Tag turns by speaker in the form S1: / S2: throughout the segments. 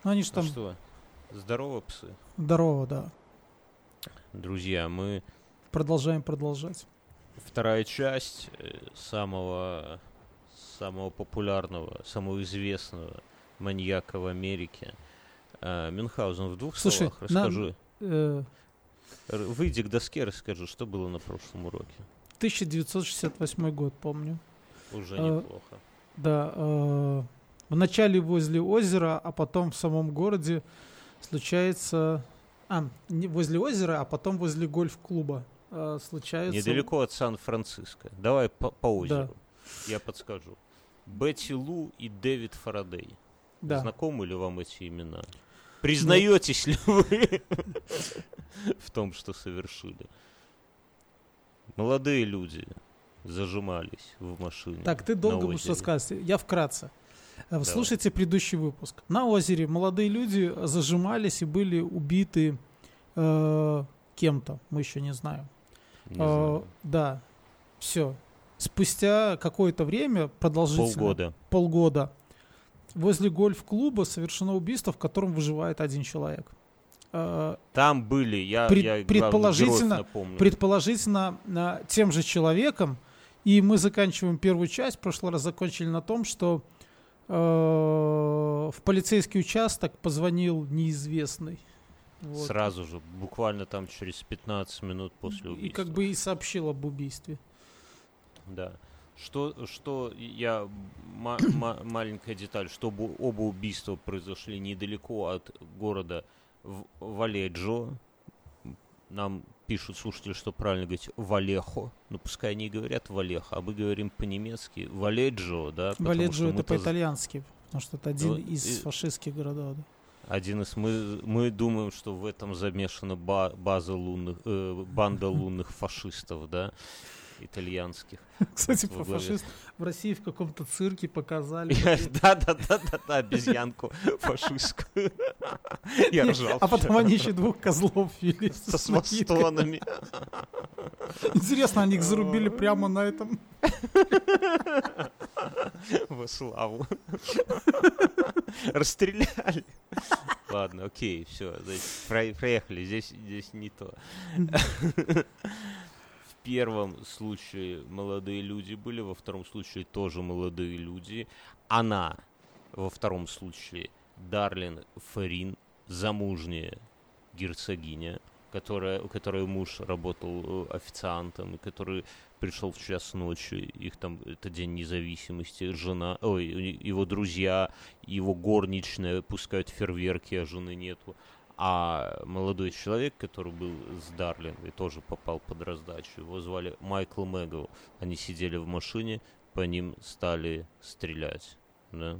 S1: Ну, они же
S2: Ну
S1: там...
S2: что, здорово, псы.
S1: Здорово, да.
S2: Друзья, мы...
S1: Продолжаем продолжать.
S2: Вторая часть самого популярного, самого известного маньяка в Америке. Мюнхгаузен, в двух
S1: Слушай,
S2: словах расскажи.
S1: Нам,
S2: Выйди к доске, расскажи, что было на прошлом уроке.
S1: 1968 год, помню.
S2: Уже неплохо.
S1: Да, вначале возле озера, а потом в самом городе случается... не возле озера, а потом возле гольф-клуба случается...
S2: Недалеко от Сан-Франциско. Давай по озеру.
S1: Да.
S2: Я подскажу. Бетти Лу и Дэвид Фарадей.
S1: Да.
S2: Знакомы ли вам эти имена? Признаетесь ли вы в том, что совершили? Молодые люди зажимались в машине.
S1: Так, ты долго будешь рассказывать. Я вкратце. Слушайте предыдущий выпуск. На озере молодые люди зажимались и были убиты кем-то. Мы еще не знаем.
S2: Не знаю.
S1: Да. Все. Спустя какое-то время, продолжительное... Полгода. Возле гольф-клуба совершено убийство, в котором выживает один человек.
S2: Там были, я
S1: предположительно тем же человеком. И мы заканчиваем первую часть. В прошлый раз закончили на том, что в полицейский участок позвонил неизвестный. Вот.
S2: Сразу же, буквально там через 15 минут после убийства.
S1: И как бы и сообщил об убийстве.
S2: Да. Что я маленькая деталь, что оба убийства произошли недалеко от города Валеджо. Нам пишут слушатели, что правильно говорить Валехо. Но пускай они говорят Валехо, а мы говорим по-немецки Валеджо, да?
S1: Валеджо это по-итальянски, потому что это один из фашистских городов. Да.
S2: Один из мы думаем, что в этом замешана банда лунных фашистов, да? Итальянских.
S1: Кстати, про фашистов в России в каком-то цирке показали.
S2: Да, обезьянку фашистскую. Я ржал.
S1: А потом они еще двух козлов вели.
S2: Со свастонами.
S1: Интересно, они их зарубили прямо на этом.
S2: Во славу. Расстреляли. Ладно, окей, все. Проехали. Здесь не то. В первом случае молодые люди были, во втором случае тоже молодые люди. Она, во втором случае, Дарлин Фарин, замужняя герцогиня, у которой муж работал официантом, и который пришел в час ночи, их там, это День независимости, его друзья, его горничная пускают фейерверки, а жены нету. А молодой человек, который был с Дарлин и тоже попал под раздачу, его звали Майкл Мэгоу. Они сидели в машине, по ним стали стрелять. Да?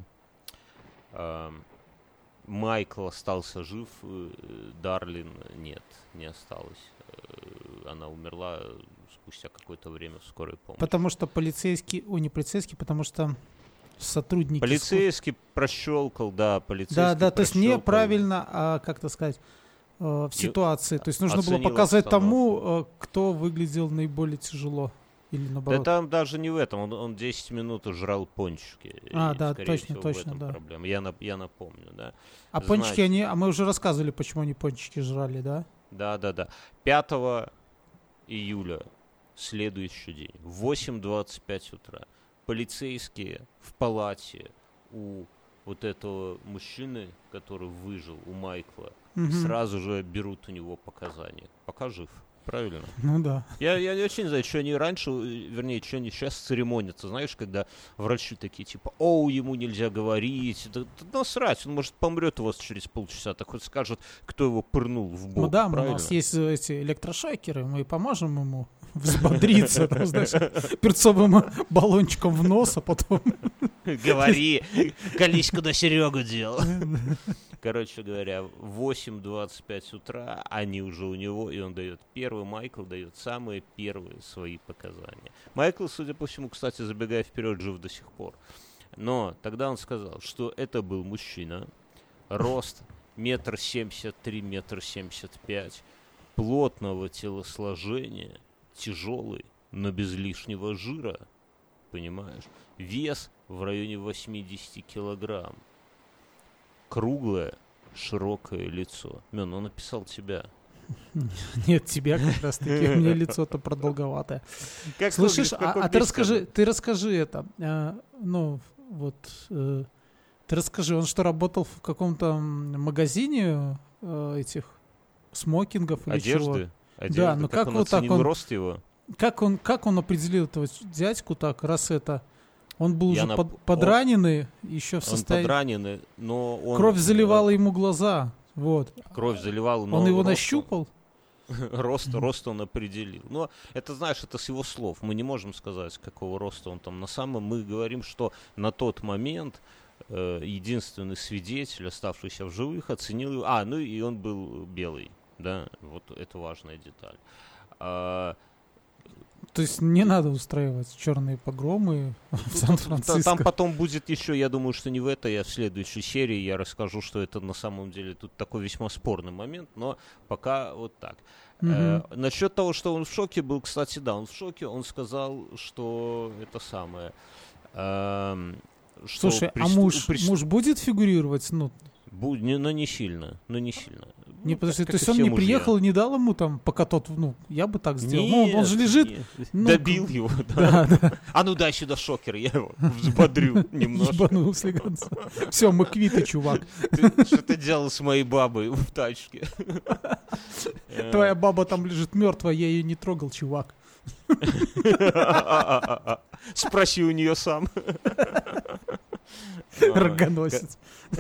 S2: Майкл остался жив, Дарлин не осталась. Она умерла спустя какое-то время в скорой помощи.
S1: Потому что потому что сотрудники...
S2: Полицейский прощелкал, да,
S1: Да, то есть неправильно, как-то сказать, в ситуации. То есть нужно было показать тому, кто выглядел наиболее тяжело. Или наоборот.
S2: Да там даже не в этом, он 10 минут жрал пончики.
S1: Да, точно, да.
S2: Проблема. Я напомню, да.
S1: А пончики мы уже рассказывали, почему они пончики жрали, да?
S2: Да. 5 июля, следующий день, в 8:25 утра. Полицейские в палате у вот этого мужчины, который выжил, у Майкла, сразу же берут у него показания. Пока жив. Правильно?
S1: Ну да.
S2: Я не очень не знаю, что они раньше, вернее, что они сейчас церемонятся. Знаешь, когда врачи такие, типа, ему нельзя говорить. Да насрать, он, может, помрет у вас через полчаса. Так хоть скажет, кто его пырнул в бок.
S1: Ну да,
S2: правильно?
S1: У нас есть эти электрошокеры, мы поможем ему взбодриться, там, знаешь, перцовым баллончиком в нос, а потом...
S2: Говори, колись, куда Серегу дел. Короче говоря, в 8:25 утра они уже у него, и он дает Майкл дает самые первые свои показания. Майкл, судя по всему, кстати, забегая вперед, жив до сих пор. Но тогда он сказал, что это был мужчина, рост 1,73 м, 1,75 м, плотного телосложения, тяжелый, но без лишнего жира, понимаешь? Вес в районе 80 килограмм. Круглое, широкое лицо. Мен, он описал тебя.
S1: Нет, тебя как раз таки, у меня лицо-то продолговатое. Слышишь, ты расскажи это. Ты расскажи, он что, работал в каком-то магазине этих смокингов или чего?
S2: Одежды?
S1: Да, но как
S2: он
S1: вот так
S2: оценил рост его?
S1: Как он определил этого дядьку так, раз это... Он был уже
S2: Он
S1: подраненный, еще в состоянии...
S2: Он подраненный, но он...
S1: Кровь заливала ему глаза, вот.
S2: Кровь заливала, но...
S1: Он его нащупал?
S2: Рост он определил. Но это, знаешь, это с его слов. Мы не можем сказать, какого роста он там. На самом мы говорим, что на тот момент единственный свидетель, оставшийся в живых, оценил его. И он был белый. Да, вот это важная деталь.
S1: То есть не надо устраивать черные погромы в Сан-Франциско.
S2: Там потом будет еще, я думаю, что не в этой, а в следующей серии я расскажу, что это на самом деле тут такой весьма спорный момент, но пока вот так. Насчет того, что он в шоке был, кстати, да, он в шоке, он сказал, что это самое...
S1: Слушай, муж будет фигурировать?
S2: Но не сильно,
S1: Не, подожди, то есть он не приехал и не дал ему там, пока тот, я бы так сделал.
S2: Нет,
S1: он же лежит.
S2: Добил его, да. Дай сюда шокер, я его взбодрю немножко.
S1: Все, мы квиты, чувак.
S2: Что ты делал с моей бабой в тачке?
S1: Твоя баба там лежит мертвая, я ее не трогал, чувак.
S2: Спроси у нее сам.
S1: Рогоносец.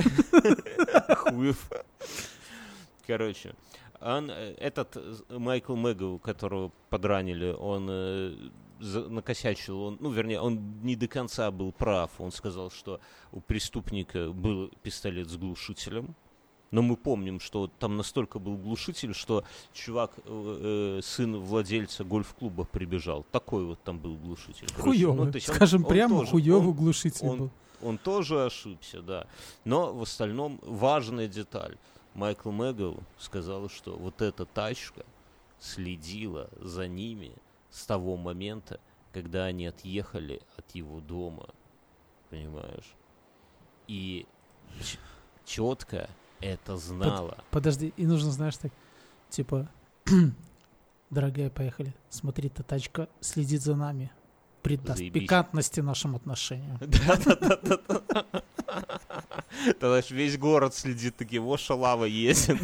S2: Хуев. Короче, этот Майкл Мэгоу, которого подранили, он накосячил, он не до конца был прав. Он сказал, что у преступника был пистолет с глушителем. Но мы помним, что там настолько был глушитель, что чувак, сын владельца гольф-клуба, прибежал. Такой вот там был глушитель.
S1: Хуёвый, скажем прямо, хуёвый глушитель был.
S2: Он тоже ошибся, да. Но в остальном важная деталь. Майкл Мэгоу сказал, что вот эта тачка следила за ними с того момента, когда они отъехали от его дома. Понимаешь? И четко это знала.
S1: Подожди, и нужно, знаешь, так, типа, дорогая, поехали. Смотри, эта тачка следит за нами. Придаст пикантности нашим отношениям.
S2: Да. Тогда весь город следит, такие, шалава ездит.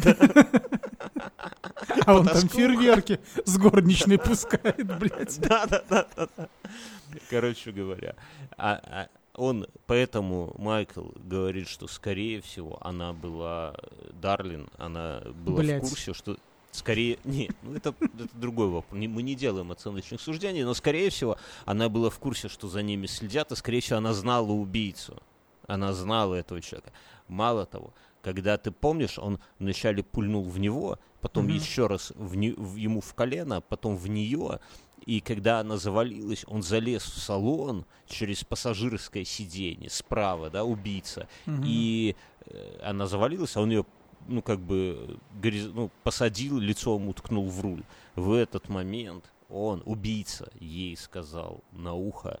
S1: А он там фейерверки с горничной пускает, блядь.
S2: Да. Короче говоря, поэтому Майкл говорит, что, скорее всего, она была, Дарлин, она была в курсе, что... Скорее, это другой вопрос. Мы не делаем оценочных суждений, но, скорее всего, она была в курсе, что за ними следят, и, скорее всего, она знала убийцу. Она знала этого человека. Мало того, когда ты помнишь, он вначале пульнул в него, потом еще раз ему в колено, потом в нее, и когда она завалилась, он залез в салон через пассажирское сиденье справа, да, убийца, и она завалилась, а он ее посадил, лицом уткнул в руль. В этот момент убийца, ей сказал на ухо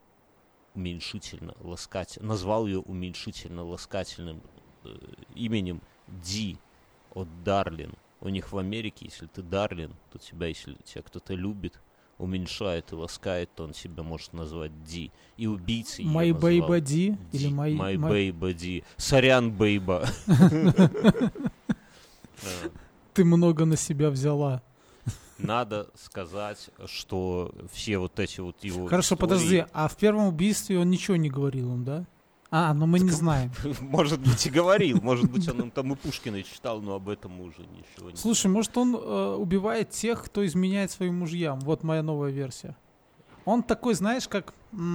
S2: назвал ее уменьшительно-ласкательным именем Ди от Дарлин. У них в Америке, если ты Дарлин, то если тебя кто-то любит, уменьшает и ласкает, то он себя может назвать Ди. И убийца ее
S1: назвал
S2: Бейба
S1: Ди или
S2: My Бейба Ди. Сорян, Бейба.
S1: Ты много на себя взяла.
S2: Надо сказать, что все вот эти вот его
S1: Хорошо,
S2: истории...
S1: подожди, а в первом убийстве он ничего не говорил им, да? Но мы не знаем.
S2: Может быть, и говорил. Может быть, он там и Пушкина читал, но об этом мы уже ничего не знаем.
S1: Слушай, может, он убивает тех, кто изменяет своим мужьям. Вот моя новая версия. Он такой, знаешь, как...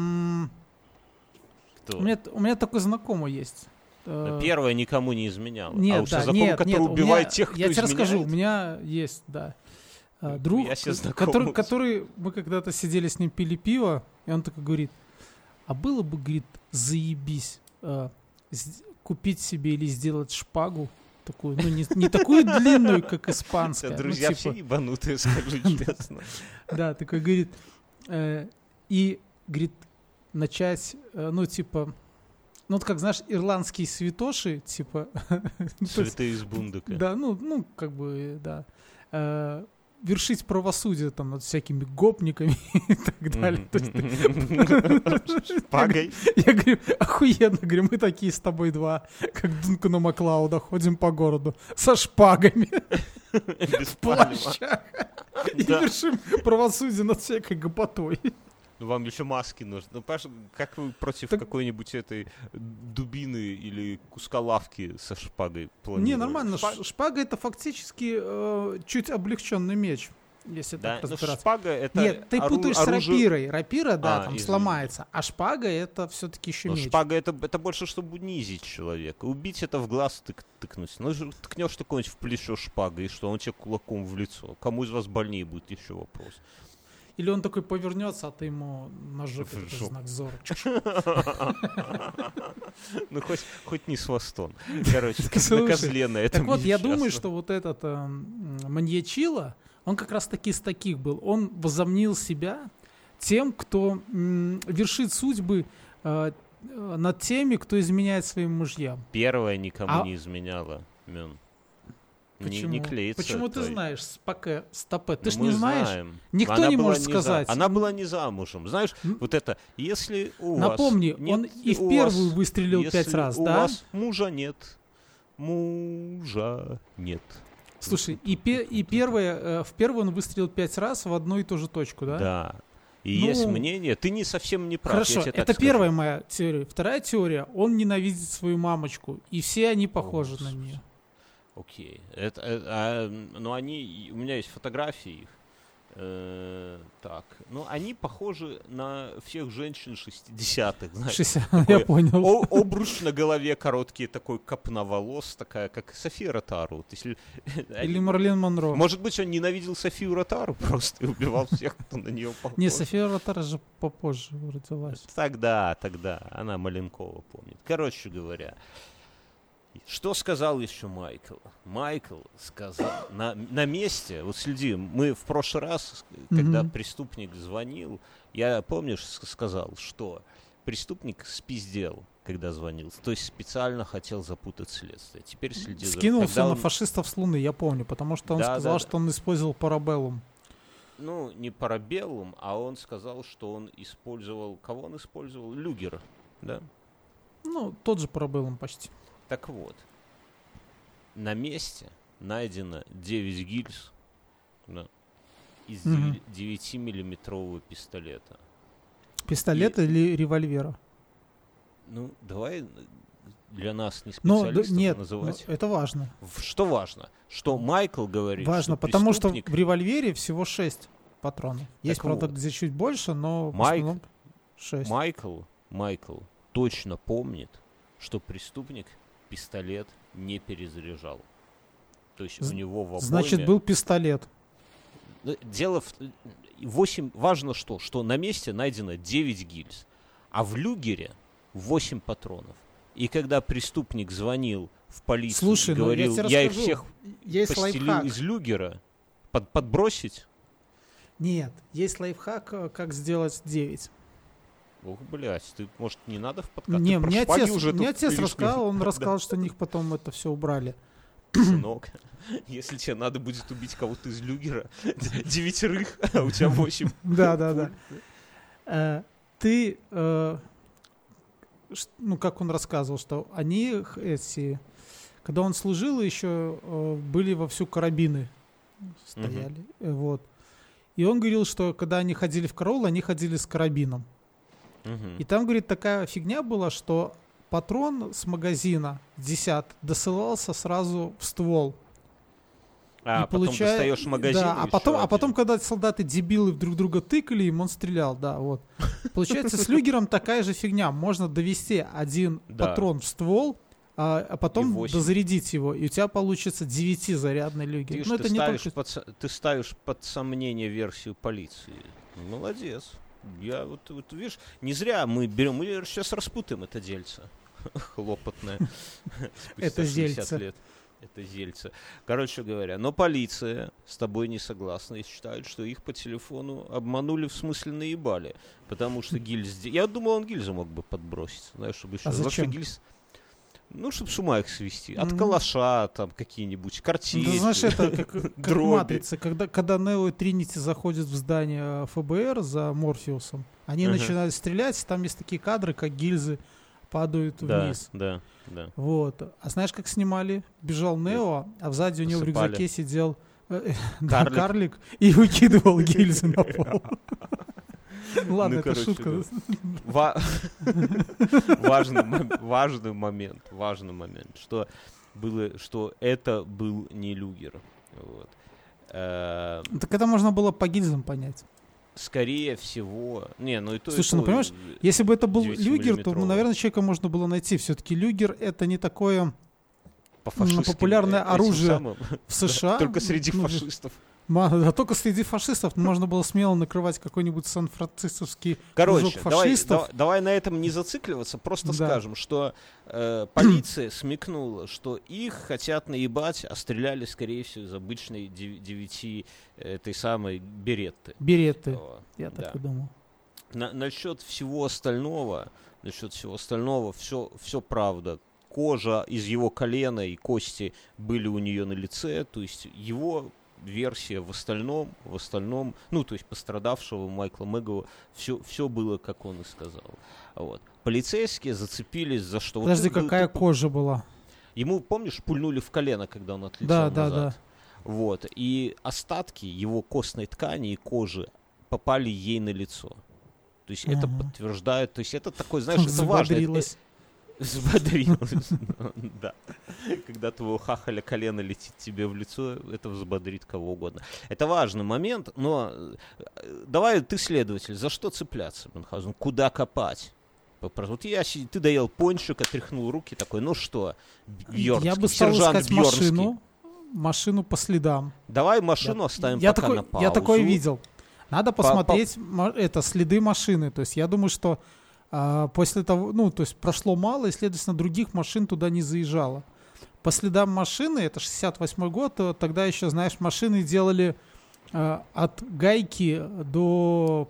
S2: Кто?
S1: У меня такой знакомый есть.
S2: Первая никому не изменяла.
S1: Нет,
S2: а уж знакомый, который убивает тех, кто изменяет.
S1: Я тебе расскажу, у меня есть, друг, который мы когда-то сидели с ним, пили пиво, и он такой говорит, а было бы, говорит, заебись купить себе или сделать шпагу такую, не такую длинную, как испанская.
S2: Друзья все ебанутые, скажи честно.
S1: Да, такой говорит, и, говорит, начать, Ну, вот как, знаешь, ирландские святоши, типа...
S2: Святые из бундука.
S1: Да, как бы, да. Вершить правосудие там над всякими гопниками и так далее.
S2: Шпагой?
S1: Я говорю, охуенно, говорю, мы такие с тобой два, как Дункана Маклауда, ходим по городу со шпагами в плащах и вершим правосудие над всякой гопотой.
S2: Вам еще маски нужны. Ну, Паш, как вы против какой-нибудь этой дубины или куска лавки со шпагой планируете?
S1: Не, нормально. Шпага — это фактически чуть облегченный меч, если
S2: да?
S1: так разбираться.
S2: Шпага — это
S1: Нет, ты путаешь с рапирой. Рапира, да, там
S2: извините.
S1: Сломается. А шпага — это все-таки еще меч.
S2: Шпага — это больше, чтобы унизить человека. Убить — это в глаз тыкнуть. Ну, ткнешь ты кого-нибудь в плечо шпагой, и что, он тебе кулаком в лицо. Кому из вас больнее будет, еще вопрос.
S1: Или он такой повернется, а ты ему на жопе такой знак зора.
S2: Ну, хоть не с хвостом. Короче, на козле на этом.
S1: Так вот, я думаю, что вот этот Маньячило, он как раз таки из таких был. Он возомнил себя тем, кто вершит судьбы над теми, кто изменяет своим мужьям.
S2: Первая никому не изменяла, Мён.
S1: Почему?
S2: Не клеится.
S1: Почему ты знаешь стопе? Ты ж
S2: мы
S1: не знаешь?
S2: знаем.
S1: Никто
S2: она
S1: не может сказать.
S2: Она была не замужем. Знаешь, вот это, если у
S1: Напомни,
S2: вас... Напомни,
S1: он и в первую выстрелил 5 раз, да?
S2: у вас мужа нет.
S1: Слушай, и в первую он выстрелил 5 раз в одну и ту же точку, да?
S2: Да. И есть мнение, ты не совсем не прав.
S1: Хорошо, это первая моя теория. Вторая теория, он ненавидит свою мамочку, и все они похожи на нее.
S2: Окей. Но они... У меня есть фотографии их. Так. Ну, они похожи на всех женщин 60-х. Знаешь,
S1: я понял.
S2: Обруч на голове, короткий такой копна волос, такая, как София Ротару.
S1: Или Марлен Монро.
S2: Может быть, он ненавидел Софию Ротару просто и убивал всех, кто на нее похож.
S1: Не, София Ротару же попозже родилась.
S2: Тогда. Она Маленкова помнит. Короче говоря... Что сказал еще Майкл? Майкл сказал на месте, вот следи, мы в прошлый раз, когда преступник звонил, я, помнишь, сказал, что преступник спиздел, когда звонил, то есть специально хотел запутать следствие. Теперь следи.
S1: Скинулся на фашистов с Луны, я помню, потому что он сказал, что он использовал парабеллум.
S2: Ну, не парабеллум, а он сказал, что он использовал... Кого он использовал? Люгера, да?
S1: Ну, тот же парабеллум почти.
S2: Так вот, на месте найдено 9 гильз из 9-миллиметрового пистолета.
S1: Пистолета или револьвера?
S2: Ну, давай для нас не специалистов называть.
S1: Это важно.
S2: Что важно? Что Майкл говорит,
S1: важно,
S2: что
S1: потому что в револьвере всего 6 патронов. Есть, правда,
S2: вот,
S1: где чуть больше, но в основном 6.
S2: Майкл точно помнит, что преступник пистолет не перезаряжал. То есть у него в обойме...
S1: Значит, был пистолет.
S2: Дело в... 8... Важно что на месте найдено 9 гильз, а в люгере 8 патронов. И когда преступник звонил в полицию и говорил, я их всех постелил из люгера, подбросить?
S1: Нет, есть лайфхак, как сделать 9.
S2: Ох, блядь, ты, может, не надо в подкаст?
S1: Не, мне отец рассказал, он рассказал, что них потом это все убрали.
S2: Сынок, если тебе надо будет убить кого-то из люгера, 9, а у тебя 8.
S1: Да. Ты, как он рассказывал, что они, когда он служил, еще были вовсю карабины стояли. Вот. И он говорил, что когда они ходили в караул, они ходили с карабином. И там, говорит, такая фигня была, что патрон с магазина 10 досылался сразу в ствол.
S2: Потом достаешь магазин.
S1: Да, а потом, когда солдаты-дебилы друг друга тыкали, им он стрелял, да, вот. Получается, с люгером такая же фигня. Можно довести один патрон в ствол, а потом дозарядить его, и у тебя получится 9-зарядный люгер.
S2: Ты ставишь под сомнение версию полиции. Молодец. Я вот видишь, не зря мы сейчас распутаем это дельце хлопотное.
S1: Это дельце.
S2: Это Зельца. Короче говоря, но полиция с тобой не согласна и считает, что их по телефону обманули, в смысле наебали. Потому что гильз... Я думал, он гильзу мог бы подбросить. Знаешь, чтобы еще...
S1: А зачем?
S2: Гильз... Ну, чтобы с ума их свести. От калаша, там, какие-нибудь картечи,
S1: да, знаешь, это как «Матрица». Когда Нео и Тринити заходят в здание ФБР за Морфеусом, они начинают стрелять, там есть такие кадры, как гильзы падают вниз.
S2: Да.
S1: Вот. А знаешь, как снимали? Бежал Нео, а сзади у него в рюкзаке сидел карлик и выкидывал гильзы на пол. Ладно, это шутка.
S2: Важный момент, что это был не Люгер. Вот.
S1: Так это можно было по гильзам понять.
S2: Скорее всего...
S1: Слушай, ну понимаешь, если бы это был Люгер, то, наверное, человека можно было найти. Все-таки Люгер — это не такое популярное оружие в США.
S2: Только среди фашистов.
S1: Да, только среди фашистов можно было смело накрывать какой-нибудь сан-францискский кружок фашистов.
S2: Давай на этом не зацикливаться, просто скажем, что полиция смекнула, что их хотят наебать, а стреляли, скорее всего, из обычной 9 этой самой беретты.
S1: Я так и думал.
S2: Насчет всего остального, все правда. Кожа из его колена и кости были у нее на лице, то есть его версия в остальном, ну, то есть пострадавшего Майкла Мэгова, все было, как он и сказал. Вот. Полицейские зацепились за что...
S1: Подожди, какая кожа была?
S2: Ему, помнишь, пульнули в колено, когда он отлетел назад?
S1: Да.
S2: Вот. И остатки его костной ткани и кожи попали ей на лицо. То есть это подтверждает... То есть это такой, знаешь, это важно. Взбодрилась. Да. Когда твоего хахаля колено летит тебе в лицо, это взбодрит кого угодно. Это важный момент, но давай ты, следователь, за что цепляться, Мюнхгаузен? Куда копать? Вот ты доел пончик, отряхнул руки, такой, ну что, Бьернский,
S1: я бы стал искать
S2: Бьернский.
S1: Машину по следам.
S2: Давай машину оставим пока на паузу.
S1: Я такое видел. Надо посмотреть следы машины. То есть я думаю, что после того, то есть прошло мало, и, следовательно, других машин туда не заезжало. По следам машины, это 68-й год, тогда еще, знаешь, машины делали от гайки до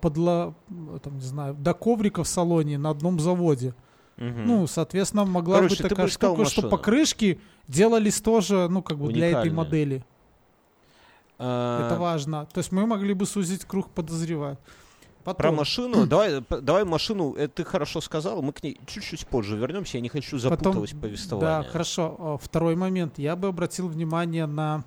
S1: до коврика в салоне на одном заводе. Ну, соответственно, могла быть такая штука, что покрышки делались тоже, для этой модели. Это важно. То есть мы могли бы сузить круг подозреваемых. Потом.
S2: Про машину, давай машину, это ты хорошо сказал, мы к ней чуть-чуть позже вернемся, я не хочу запутывать повествование.
S1: Да, хорошо. Второй момент, я бы обратил внимание на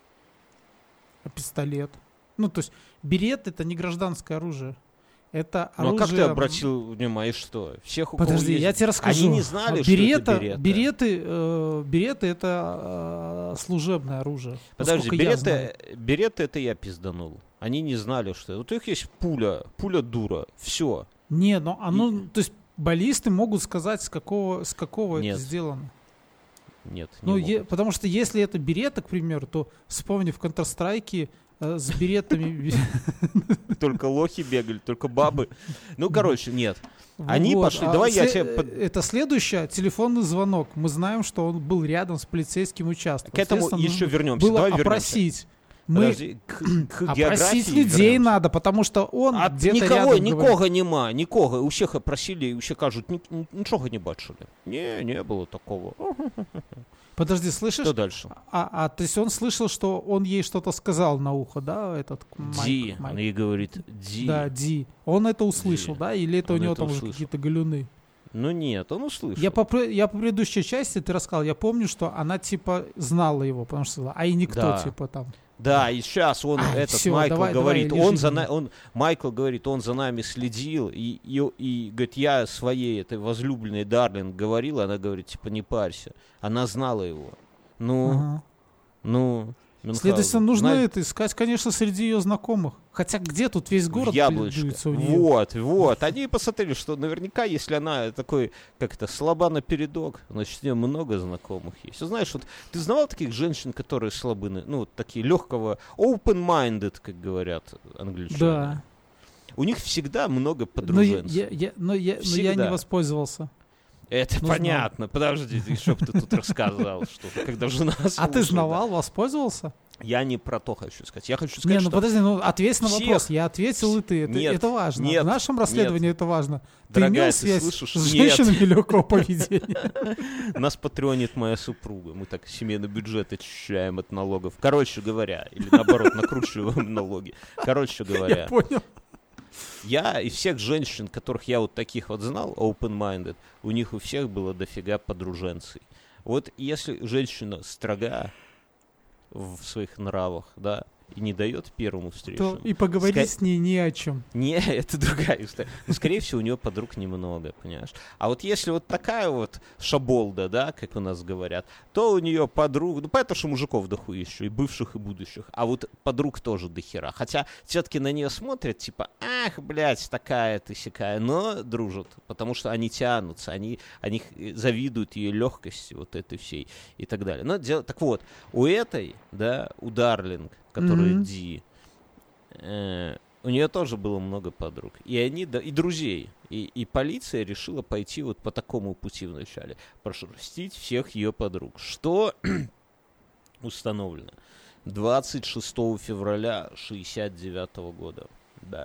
S1: пистолет. Ну, то есть берет — это не гражданское оружие. Это оружие...
S2: Ну, а как ты обратил внимание, что? Всех, у кого
S1: Подожди,
S2: есть...
S1: я тебе расскажу.
S2: Они не знали, что это
S1: береты — это служебное оружие.
S2: Подожди, береты — это я пизданул. Они не знали, что... Вот у них есть пуля дура, все.
S1: Не, то есть баллисты могут сказать, с какого это сделано.
S2: Нет,
S1: потому что если это берета, к примеру, то вспомни в Counter-Strike с беретами...
S2: Только лохи бегали, только бабы. Ну, короче, нет. Они пошли... Давай я тебе...
S1: Это следующее. Телефонный звонок. Мы знаем, что он был рядом с полицейским участком.
S2: К этому еще вернемся.
S1: Было опросить.
S2: Подожди, к
S1: опросить людей надо, потому что он где-то рядом
S2: Нікого нема, нікого. Усіх опросили, і усі кажуть, нічого не бачили. Не было такого.
S1: Подожди, слышишь?
S2: Что дальше?
S1: То есть он слышал, что он ей что-то сказал на ухо, да, этот
S2: Майк? Он ей говорит Ди.
S1: Да, Ди. Он это услышал, да? Или это у него там уже какие-то галюны?
S2: Ну нет, он услышал.
S1: Я по предыдущей части, ты рассказал, я помню, что она типа знала его, потому что сказала, и никто типа там.
S2: Да, и сейчас он, Майкл говорит, Майкл говорит, он за нами следил, и говорит, я своей этой возлюбленной Дарлин говорил, она говорит, типа, не парься. Она знала его.
S1: Следовательно, нужно искать, конечно, среди ее знакомых. Хотя где тут весь город
S2: яблочко.
S1: У нее?
S2: Вот. Они посмотрели, что наверняка, если она такой, слаба напередок, значит, у нее много знакомых есть. Знаешь, вот ты знавал таких женщин, которые слабы, такие легкого, open-minded, как говорят англичане?
S1: Да.
S2: У них всегда много подруженцев.
S1: Но я не воспользовался.
S2: Это понятно. Подожди, что бы ты тут рассказал, что когда жена слушала.
S1: А ты знавал, воспользовался?
S2: Я не про то хочу сказать. Я хочу сказать, что...
S1: подожди, ответь на вопрос. Я ответил, и ты. Это важно. В нашем расследовании это важно.
S2: Дорогая,
S1: ты имел связь с женщинами легкого поведения?
S2: Нас патронит моя супруга. Мы так семейный бюджет очищаем от налогов. Короче говоря, или наоборот, накручиваем налоги. Короче говоря.
S1: Я понял.
S2: Я из всех женщин, которых я вот таких вот знал, open-minded, у них у всех было дофига подруженцей. Вот если женщина строга в своих нравах, да, и не дает первому встречному.
S1: И поговорить с ней ни о чем.
S2: Не, это другая история. Но, скорее всего, у нее подруг немного, понимаешь? А вот если вот такая вот шаболда, да, как у нас говорят, то у нее подруг, понятно, что мужиков дохуища, и бывших, и будущих, а вот подруг тоже дохера. Хотя все-таки на нее смотрят, типа, ах, блядь, такая ты сякая, но дружат, потому что они тянутся, они завидуют ее легкости вот этой всей и так далее. Но так вот, у этой, да, у Дарлинг, которая Ди, у нее тоже было много подруг. И они, да, и друзей. И полиция решила пойти вот по такому пути вначале. Прошерстить всех ее подруг. Что установлено? 26 февраля 1969 года. Да.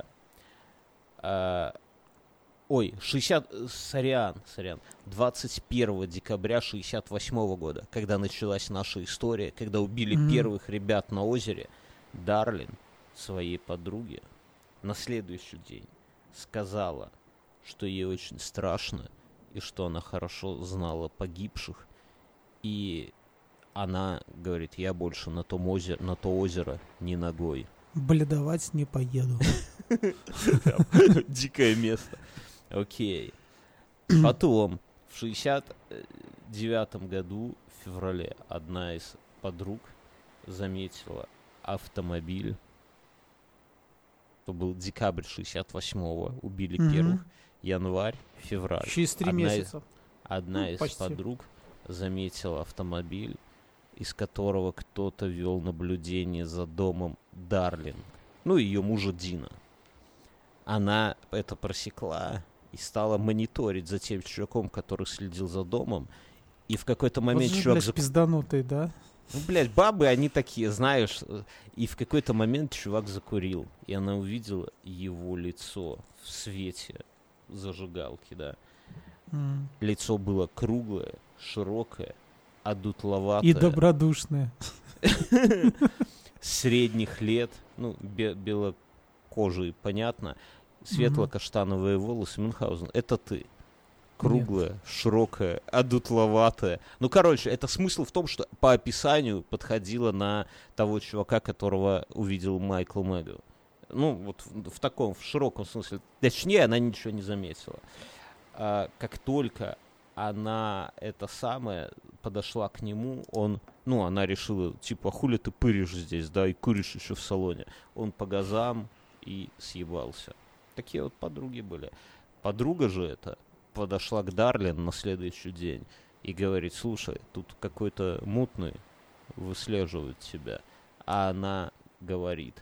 S2: 21 декабря 1968 года, когда началась наша история, когда убили первых ребят на озере, Дарлин своей подруге на следующий день сказала, что ей очень страшно, и что она хорошо знала погибших, и она говорит, я больше на то озеро ни ногой.
S1: Бледовать не поеду.
S2: Дикое место. Окей. Потом, в 69 году, в феврале, одна из подруг заметила автомобиль. Это был декабрь 68-го, убили первых. Январь, февраль.
S1: Через 3 месяца.
S2: Одна из подруг заметила автомобиль, из которого кто-то вел наблюдение за домом Дарлинг. Ну, ее мужа Дина. Она это просекла и стала мониторить за тем чуваком, который следил за домом. И в какой-то момент
S1: вот же,
S2: чувак...
S1: пизданутый, да?
S2: Ну, блядь, бабы, они такие, знаешь. И в какой-то момент чувак закурил. И она увидела его лицо в свете зажигалки, да. Лицо было круглое, широкое, одутловатое.
S1: И добродушное.
S2: Средних лет, ну, белокожий, понятно. Светло-каштановые волосы, Мюнхгаузен. Это ты. Круглая, широкая, одутловатая. Ну, короче, это смысл в том, что по описанию подходила на того чувака, которого увидел Майкл Мэгоу. Ну, вот в таком, в широком смысле. Точнее, она ничего не заметила. Как только она это самое подошла к нему, она решила, типа, хули ты пыришь здесь, да, и куришь еще в салоне. Он по газам и съебался. Такие вот подруги были. Подруга же эта подошла к Дарлин на следующий день и говорит, слушай, тут какой-то мутный выслеживает тебя. А она говорит,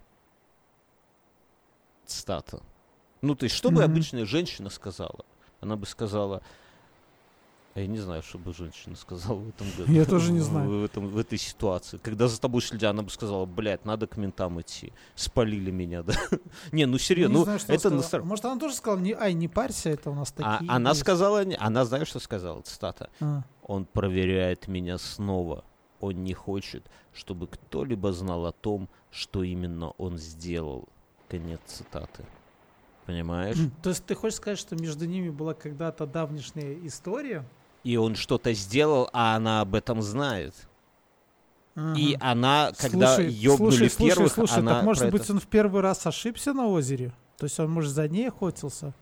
S2: цитата. Ну, то есть, что бы обычная женщина сказала? Она бы сказала, я не знаю, что бы женщина сказала в этом году.
S1: Я тоже не знаю.
S2: В этой ситуации. Когда за тобой следят, она бы сказала, блядь, надо к ментам идти. Спалили меня, да? Не, ну серьезно. Это
S1: может, она тоже сказала, не парься, это у нас такие.
S2: Она сказала, она знаешь, что сказала, цитата? Он проверяет меня снова. Он не хочет, чтобы кто-либо знал о том, что именно он сделал. Конец цитаты. Понимаешь?
S1: То есть ты хочешь сказать, что между ними была когда-то давнишняя история?
S2: И он что-то сделал, а она об этом знает. И она, когда ёбнули первых, она...
S1: так может быть он в первый раз ошибся на озере? То есть он, может, за ней охотился?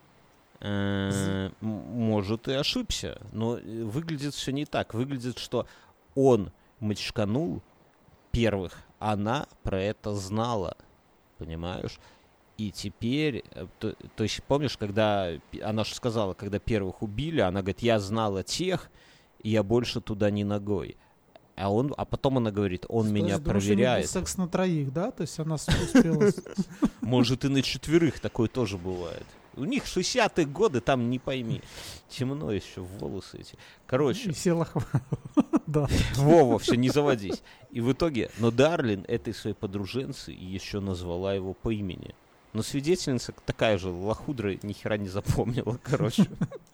S2: Может, и ошибся. Но выглядит все не так. Выглядит, что он мочканул первых, она про это знала. Понимаешь? И теперь, то есть, помнишь, когда, она же сказала, когда первых убили, она говорит, я знала тех, и я больше туда не ногой. А потом она говорит, он меня проверяет.
S1: Был секс на 3, да? То есть она успела...
S2: Может, и на 4 такое тоже бывает. У них 60-е годы, там не пойми. Темно еще, волосы эти. Короче.
S1: И все лохматые. Да.
S2: Вова, все, не заводись. И в итоге, но Дарлин этой своей подруженцы еще назвала его по имени. Но свидетельница такая же лохудра, ни хера не запомнила, короче.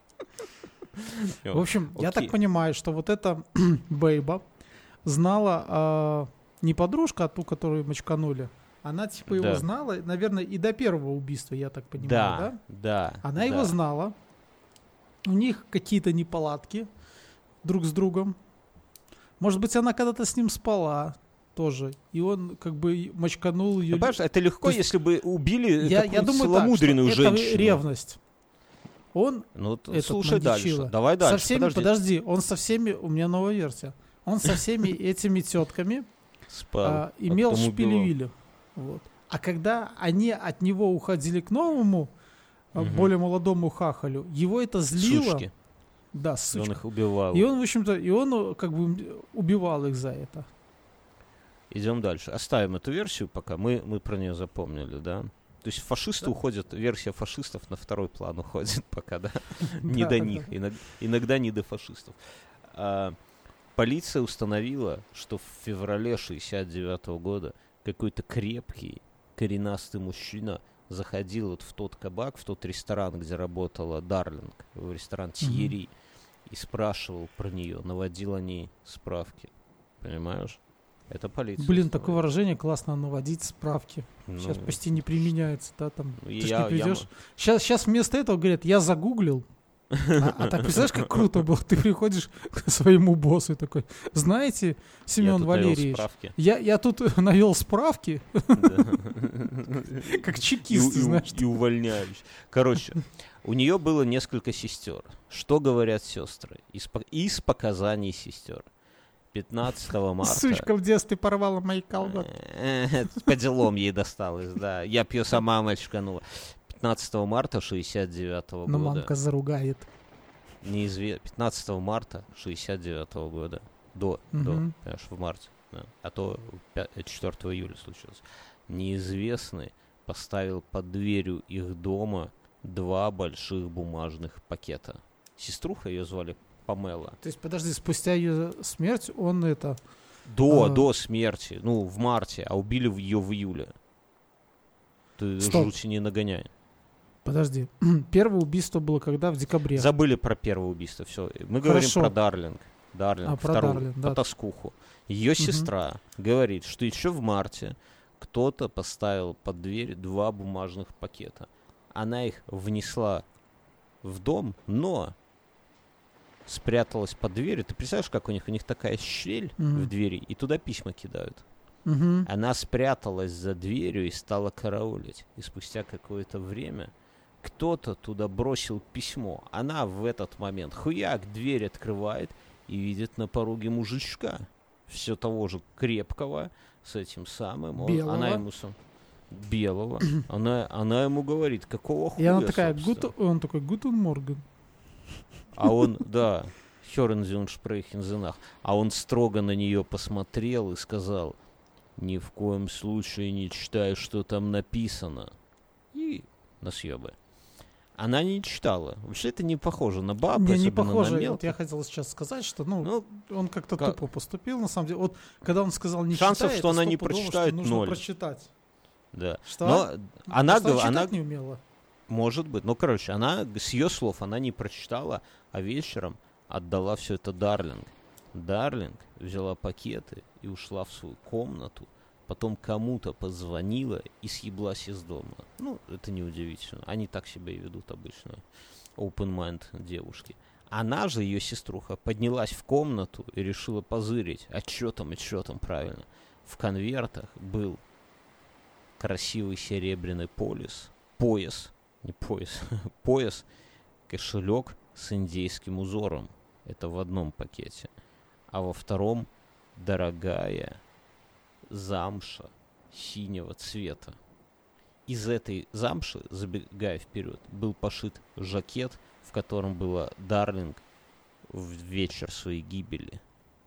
S1: В общем, я так понимаю, что вот эта Бейба знала не подружка, а ту, которую мочканули. Она типа его знала, наверное, и до первого убийства, я так понимаю, да?
S2: Да.
S1: Она его знала. У них какие-то неполадки друг с другом. Может быть, она когда-то с ним спала тоже. И он как бы мочканул ее.
S2: Понимаешь, это легко,
S1: есть,
S2: если бы убили
S1: я думаю,
S2: целомудренную женщину.
S1: Это ревность. Он
S2: слушай дальше. Давай дальше.
S1: Со всеми, подожди, он со всеми, у меня новая версия. Он со всеми этими тетками имел шпилевили. Вот. А когда они от него уходили к новому, более молодому хахалю, его это злило.
S2: Сучки.
S1: Да, сучка.
S2: Он их убивал.
S1: И он, в общем-то, как бы убивал их за это.
S2: Идем дальше. Оставим эту версию пока. Мы про нее запомнили, да? То есть фашисты уходят, версия фашистов на второй план уходит пока, да? Не до них. Иногда не до фашистов. Полиция установила, что в феврале 1969 года какой-то крепкий, коренастый мужчина заходил вот в тот кабак, в тот ресторан, где работала Дарлинг, в ресторан Тьерри, и спрашивал про нее, наводил о ней справки. Понимаешь? Это полиция.
S1: Блин, такое выражение классно, наводить справки. Сейчас почти не применяется, да, там. Ты ж не придешь. Сейчас вместо этого говорят, я загуглил. А так, представляешь, как круто было? Ты приходишь к своему боссу и такой, знаете, Семен Валерьевич, я тут навел справки, как чекист, знаешь.
S2: И увольняюсь. Короче, у нее было несколько сестер. Что говорят сестры? Из показаний сестер. 15 марта...
S1: Сучка в детстве порвала мои колготки.
S2: По делам ей досталось, да. Я б ее сама мочканула. 15 марта 1969 года.
S1: Но мамка заругает.
S2: 15 марта 1969 года. Понимаешь, в марте. Да. А то 4 июля случилось. Неизвестный поставил под дверью их дома 2 больших бумажных пакета. Сеструха, ее звали Памела.
S1: То есть, подожди, спустя ее смерть он это...
S2: До смерти. Ну, в марте, а убили ее в июле. Ты жути не нагоняй.
S1: Подожди. Первое убийство было когда? В декабре.
S2: Забыли про первое убийство. Все. Мы говорим про Дарлинг. Вторую потаскуху. Ее сестра говорит, что еще в марте кто-то поставил под дверь 2 бумажных пакета. Она их внесла в дом, но спряталась под дверью. Ты представляешь, как у них такая щель в двери, и туда письма кидают. Она спряталась за дверью и стала караулить. И спустя какое-то время кто-то туда бросил письмо. Она в этот момент хуяк дверь открывает и видит на пороге мужичка. Все того же крепкого, с этим самым.
S1: Белого.
S2: Она ему белого. Она ему говорит, какого хуя,
S1: и она такая,
S2: он
S1: такой, Гутен Морген.
S2: А он, да, Хёрензен Шпрейхензенах. А он строго на нее посмотрел и сказал, ни в коем случае не читай, что там написано. И на съебы. Она не читала. Вообще это не похоже на бабу.
S1: Не похоже. Вот я хотел сейчас сказать, что он как-то тупо поступил, на самом деле. Вот когда он сказал не читай,
S2: шансов, что она не прочитает,
S1: нужно
S2: 0.
S1: прочитать.
S2: Да.
S1: Что?
S2: Но она
S1: не умела.
S2: Может быть. Ну, короче, она, с ее слов, она не прочитала, а вечером отдала все это Дарлинг. Дарлинг взяла пакеты и ушла в свою комнату. Потом кому-то позвонила и съеблась из дома. Ну, это неудивительно. Они так себя и ведут обычно. Open mind девушки. Она же, ее сеструха, поднялась в комнату и решила позырить. А что там правильно? В конвертах был красивый серебряный пояс, кошелек с индейским узором. Это в одном пакете. А во втором дорогая замша синего цвета. Из этой замши, забегая вперед, был пошит жакет, в котором была Дарлинг в вечер своей гибели.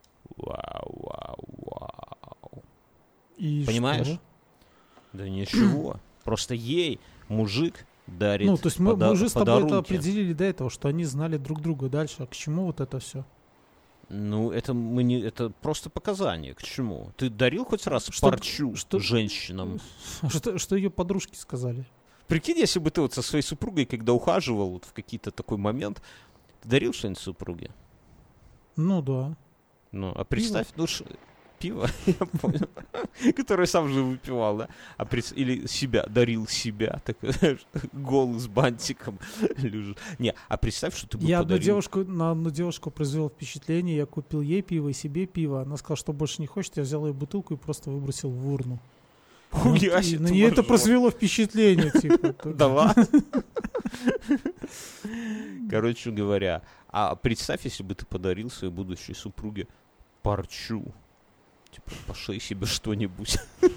S2: Вау.
S1: И
S2: понимаешь?
S1: Что?
S2: Да ничего. Просто ей мужик дарит
S1: Ну, то есть мы уже с тобой это
S2: подарунки.
S1: определили до этого, что они знали друг друга дальше. А к чему вот это все?
S2: Ну, это просто показания. К чему? Ты дарил хоть раз парчу женщинам?
S1: Что ее подружки сказали?
S2: Прикинь, если бы ты вот со своей супругой, когда ухаживал вот в какие-то такой момент, ты дарил что-нибудь супруге?
S1: Ну, да.
S2: Ну, а представь, пиво, я понял, которое сам же выпивал, да? Или дарил себя, такой, голый с бантиком лежит. Не, а представь, что ты бы подарил...
S1: На одну девушку произвел впечатление, я купил ей пиво и себе пиво. Она сказала, что больше не хочет, я взял ее бутылку и просто выбросил в урну. На нее это произвело впечатление, типа.
S2: Да ладно? Короче говоря, а представь, если бы ты подарил своей будущей супруге парчу. Типа, пошей себе что-нибудь.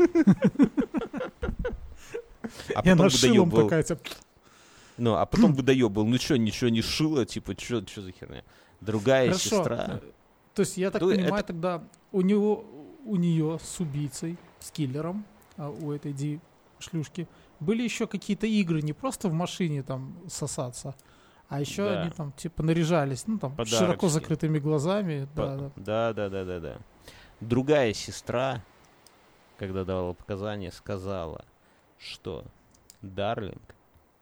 S1: И она шилом такая, типа...
S2: Ну, а потом бы доебал. Ну что, ничего не шила? Типа, что за херня? Другая сестра.
S1: То есть, я так понимаю, тогда у нее с убийцей, с киллером, у этой шлюшки, были еще какие-то игры, не просто в машине там сосаться, а еще они там типа наряжались, ну там с широко закрытыми глазами.
S2: Да. Другая сестра, когда давала показания, сказала, что Дарлинг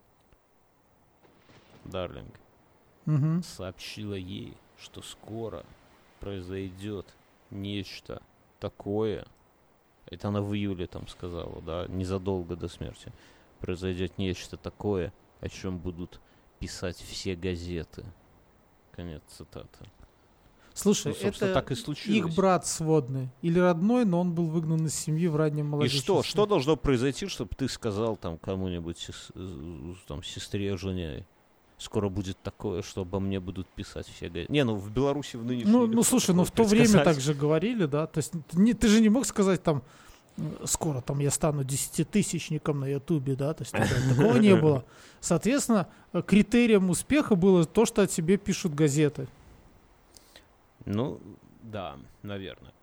S2: сообщила ей, что скоро произойдет нечто такое. Это она в июле там сказала, да, незадолго до смерти. Произойдет нечто такое, о чем будут писать все газеты. Конец цитаты.
S1: Слушай, это
S2: так и случилось.
S1: Их брат сводный или родной, но он был выгнан из семьи в раннем младенчестве.
S2: И что должно произойти, чтобы ты сказал там кому-нибудь, там, сестре, жене, скоро будет такое, что обо мне будут писать все газеты. Не, ну в Беларуси в нынешнем...
S1: Ну слушай, в то время так же говорили, да? То есть ты же не мог сказать там, скоро там я стану 10-тысячником на Ютубе, да? То есть такого не было. Соответственно, критерием успеха было то, что о тебе пишут газеты.
S2: Ну, да, наверное.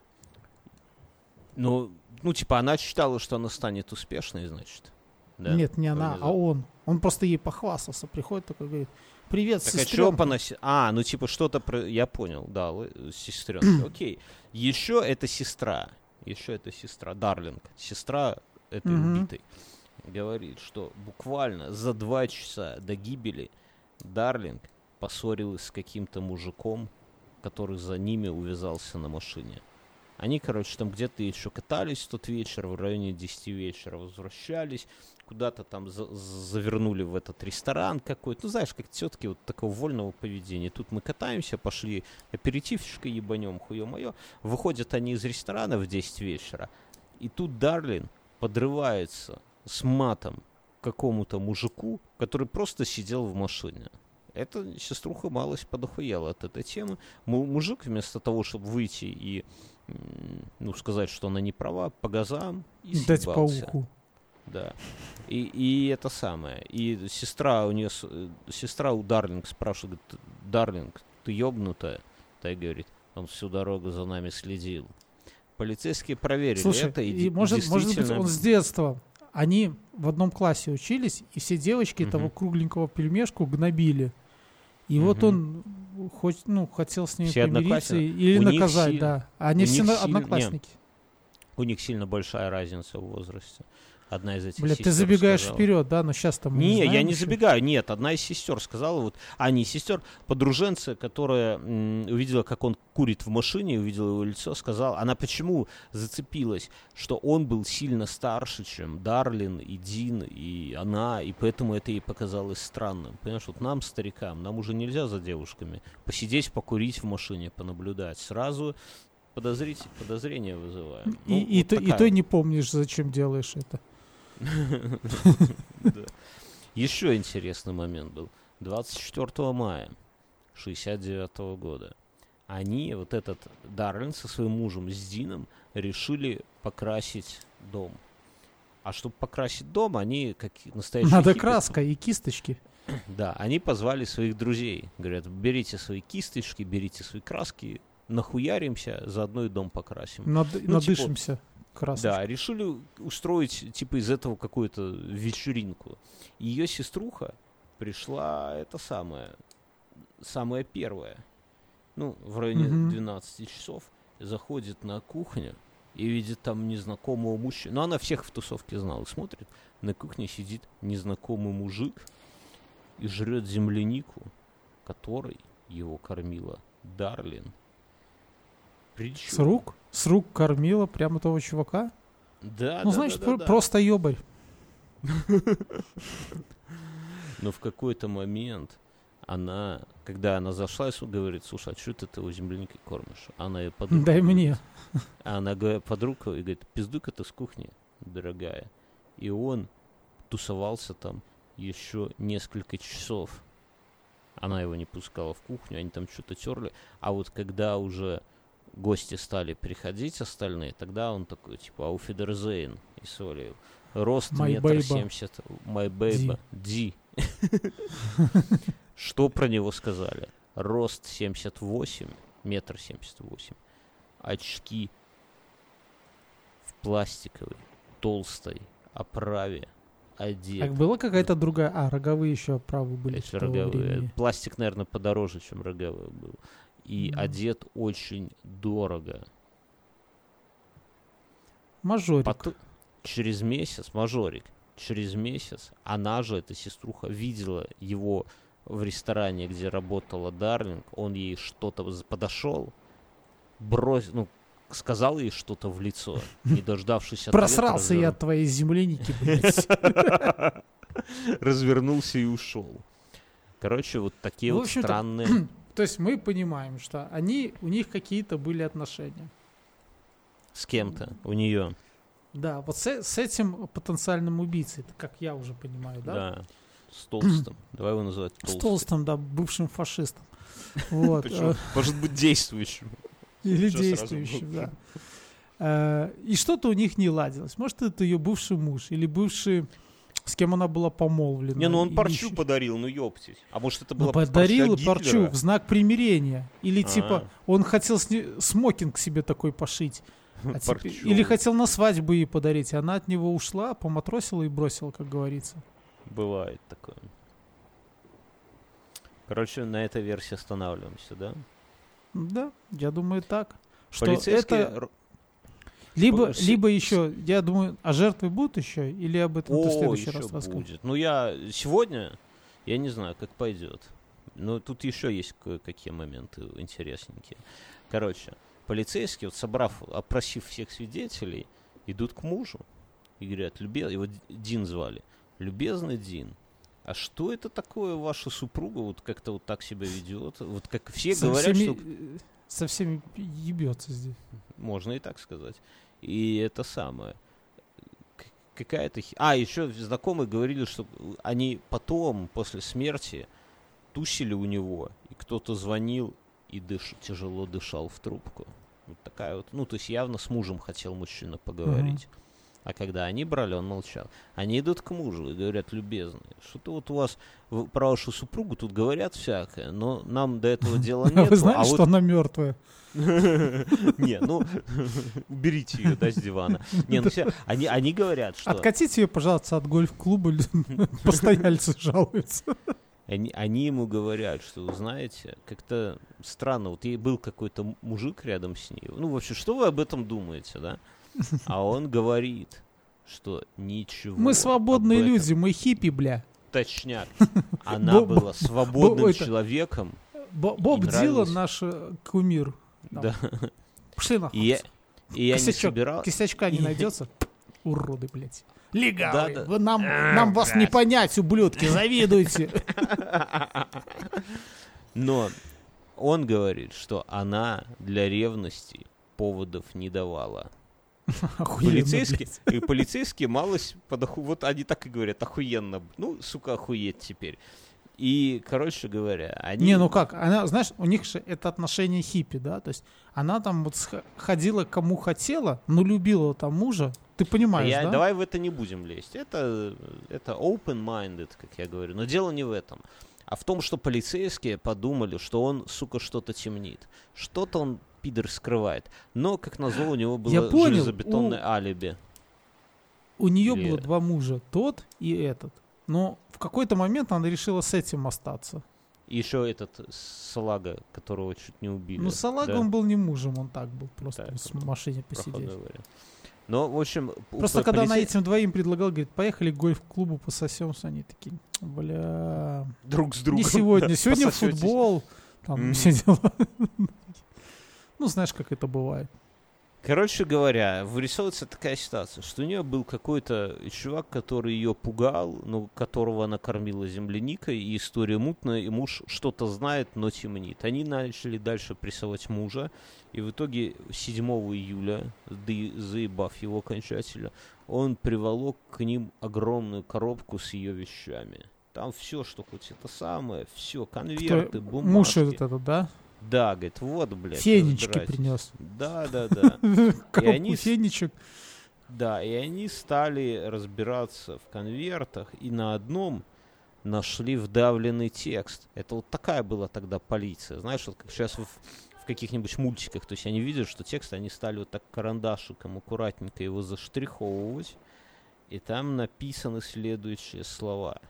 S2: Ну, типа, она считала, что она станет успешной, значит. Да?
S1: Нет, не она, а он. Он просто ей похвастался. Приходит такой, говорит, привет, сестренка.
S2: Ну, типа, что-то... Я понял, да, сестренка. Окей. Еще это сестра, Дарлинг, сестра этой убитой, говорит, что буквально за 2 часа до гибели Дарлинг поссорилась с каким-то мужиком, который за ними увязался на машине. Они, короче, там где-то еще катались в тот вечер, в районе 10 вечера возвращались, куда-то там завернули в этот ресторан какой-то. Ну, знаешь, как тетки вот такого вольного поведения. Тут мы катаемся, пошли аперитивчика ебанем, хуё-моё. Выходят они из ресторана в 10 вечера, и тут Дарлин подрывается с матом к какому-то мужику, который просто сидел в машине. Эта сеструха малость подохуела от этой темы. Мужик вместо того, чтобы выйти и сказать, что она не права, по газам и съебался.
S1: Дать по уху.
S2: Да. И это самое. И сестра у Дарлинг спрашивает, говорит, Дарлинг, ты ёбнутая? Та говорит, он всю дорогу за нами следил. Полицейские проверили.
S1: Слушай,
S2: это.
S1: И может быть, он с детства. Они в одном классе учились, и все девочки этого кругленького пельмешку гнобили. И вот он хотел с ними помириться или наказать, да. Они все одноклассники.
S2: У них сильно большая разница в возрасте. Одна из этих
S1: сестер ты забегаешь вперед, да, но сейчас-то мы не знаем.
S2: Я не забегаю, нет, одна из сестер сказала, подруженца, которая увидела, как он курит в машине, увидела его лицо, сказала, она почему зацепилась, что он был сильно старше, чем Дарлин и Дин, и она, и поэтому это ей показалось странным. Понимаешь, вот нам, старикам, нам уже нельзя за девушками посидеть, покурить в машине, понаблюдать. Сразу подозрение вызываем.
S1: И ты не помнишь, зачем делаешь это.
S2: Еще интересный момент был. 24 мая 1969 года они, вот этот Дарлин со своим мужем, с Дином, решили покрасить дом. А чтобы покрасить дом, они, как настоящие
S1: надо
S2: хиппи,
S1: краска и кисточки.
S2: Да, они позвали своих друзей. Говорят, берите свои кисточки, берите свои краски, нахуяримся, заодно и дом покрасим.
S1: Надышимся. красочку.
S2: Да, решили устроить, типа, из этого какую-то вечеринку. Ее сеструха пришла, самая первая. Ну, в районе 12 часов. Заходит на кухню и видит там незнакомого мужчину. Ну, она всех в тусовке знала. Смотрит, на кухне сидит незнакомый мужик и жрет землянику, которой его кормила Дарлин. Причем...
S1: С рук? С рук кормила прямо того чувака?
S2: Да,
S1: ну,
S2: да,
S1: значит,
S2: да.
S1: просто ёбарь.
S2: Но в какой-то момент она, когда она зашла, говорит: слушай, а что ты его земляникой кормишь? Она ее подруга.
S1: Дай мне.
S2: А она говорит, подруга, и говорит: пиздуй-ка ты с кухни, дорогая. И он тусовался там еще несколько часов. Она его не пускала в кухню, они там что-то терли. А вот когда уже гости стали приходить остальные, тогда он такой, типа, auf Wiedersehen, и свалил. Рост метр 70. My baby. Ди. Что про него сказали? Рост 78, метр 78. Очки в пластиковой, толстой оправе. Одет.
S1: Так была какая-то другая... роговые еще оправы были.
S2: Эти роговые. Пластик, наверное, подороже, чем роговые был. И одет очень дорого.
S1: Мажорик.
S2: Через месяц, мажорик, через месяц она же, эта сеструха, видела его в ресторане, где работала Дарлинг. Он ей что-то подошел, сказал ей что-то в лицо, не дождавшись ответа.
S1: Просрался я от твоей земляники, блядь.
S2: Развернулся и ушел. Короче, вот такие вот странные...
S1: То есть мы понимаем, что у них какие-то были отношения.
S2: С кем-то, у нее.
S1: Да, вот с этим потенциальным убийцей, как я уже понимаю, да?
S2: Да, с Толстым. Давай его называть Толстым.
S1: С Толстым, да, бывшим фашистом. Вот.
S2: Может быть, действующим.
S1: Или действующим, да. И что-то у них не ладилось. Может, это ее бывший муж или бывший, с кем она была помолвлена.
S2: Не, ну он парчу подарил, ну ёптись. А может, это было
S1: подарил парчу в знак примирения. Или типа он хотел смокинг себе такой пошить. Или хотел на свадьбу ей подарить, она от него ушла, поматросила и бросила, как говорится.
S2: Бывает такое. Короче, на этой версии останавливаемся, да?
S1: Да, я думаю так. Что
S2: полицейские...
S1: это... Либо еще, я думаю, а жертвы будут еще? Или об этом ты в следующий раз расскажешь?
S2: Ну, я сегодня, я не знаю, как пойдет. Но тут еще есть кое-какие моменты интересненькие. Короче, полицейские, вот опросив всех свидетелей, идут к мужу и говорят: его Дин звали. Любезный Дин, а что это такое ваша супруга вот как-то вот так себя ведет? Вот как все говорят, что...
S1: Со всеми ебется здесь.
S2: Можно и так сказать. И это самое. Какая-то... еще знакомые говорили, что они потом, после смерти, тусили у него, и кто-то звонил и тяжело дышал в трубку. Вот такая вот... Ну, то есть явно с мужем хотел мужчина поговорить. А когда они брали, он молчал. Они идут к мужу и говорят: любезный, что-то вот у вас про вашу супругу тут говорят всякое, но нам до этого дела нет.
S1: Вы знаете, что она мертвая?
S2: Не, ну, уберите ее, да, с дивана. Не, ну все, они говорят, что...
S1: Откатите ее, пожалуйста, от гольф-клуба, постояльцы жалуются.
S2: Они ему говорят, что, вы знаете, как-то странно, вот был какой-то мужик рядом с ней. Ну, вообще, что вы об этом думаете, да? А он говорит, что ничего.
S1: Мы свободные люди, мы хиппи, бля.
S2: Точняк. Она была свободным человеком.
S1: Боб Дилан наш кумир.
S2: Да.
S1: Пошли нахуй.
S2: И я не собирал...
S1: Кисячка не найдется? Уроды, блядь. Легавые. Да. Нам вас не понять, ублюдки, завидуйте. Но
S2: он говорит, что она для ревности поводов не давала. Полицейские малость вот они так и говорят: охуенно. Ну, сука, охуеть теперь. И, короче говоря, они...
S1: Не, ну как, она, знаешь, у них же это отношение хиппи, да, то есть она там вот ходила кому хотела, но любила там мужа, ты понимаешь, да?
S2: Давай в это не будем лезть, это open-minded, как я говорю, но дело не в этом, а в том, что полицейские подумали, что он, сука, что-то темнит, что-то он пидор скрывает. Но, как назло, у него было железобетонное алиби.
S1: У нее было 2 мужа, тот и этот. Но в какой-то момент она решила с этим остаться.
S2: И еще этот салага, которого чуть не убили.
S1: Ну, салага, да? Он был не мужем, он так был, просто так, в машине посидеть.
S2: Но, в общем...
S1: Просто когда она этим 2 предлагала, говорит, поехали к гольф-клубу пососемся, они такие, бля...
S2: Друг с другом.
S1: Не сегодня, сегодня футбол, там все дела. Ну, знаешь, как это бывает.
S2: Короче говоря, вырисовывается такая ситуация, что у нее был какой-то чувак, который ее пугал, но которого она кормила земляникой, и история мутная, и муж что-то знает, но темнит. Они начали дальше прессовать мужа, и в итоге 7 июля, заебав его окончательно, он приволок к ним огромную коробку с ее вещами. Там все, что хоть это самое, все, конверты, бумажки.
S1: Муж этот, да?
S2: Да, говорит, вот, блядь.
S1: Фенечки принес.
S2: Да.
S1: Коробку фенечек.
S2: Да, и они стали разбираться в конвертах, и на одном нашли вдавленный текст. Это вот такая была тогда полиция. Знаешь, вот как сейчас в каких-нибудь мультиках, то есть они видят, что текст, они стали вот так карандашиком аккуратненько его заштриховывать, и там написаны следующие слова.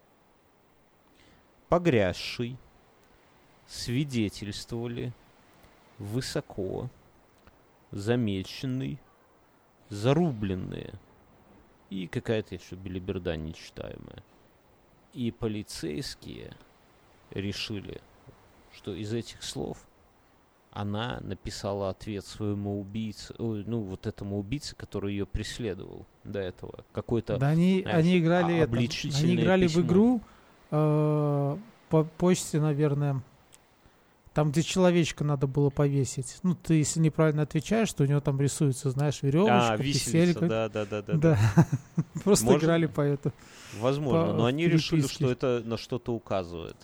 S2: Погрязший, свидетельствовали, высоко, замеченный, зарубленные и какая-то еще белиберда нечитаемая. И полицейские решили, что из этих слов она написала ответ своему убийце, вот этому убийце, который ее преследовал до этого. Какой-то,
S1: да, они играли
S2: обличительное
S1: играли
S2: письмо.
S1: В игру по почте, наверное. Там, где человечка надо было повесить. Ну, ты, если неправильно отвечаешь, то у него там рисуется, знаешь, веревочка,
S2: виселька. Да.
S1: Просто может, играли по это.
S2: Возможно, но они решили, что это на что-то указывает.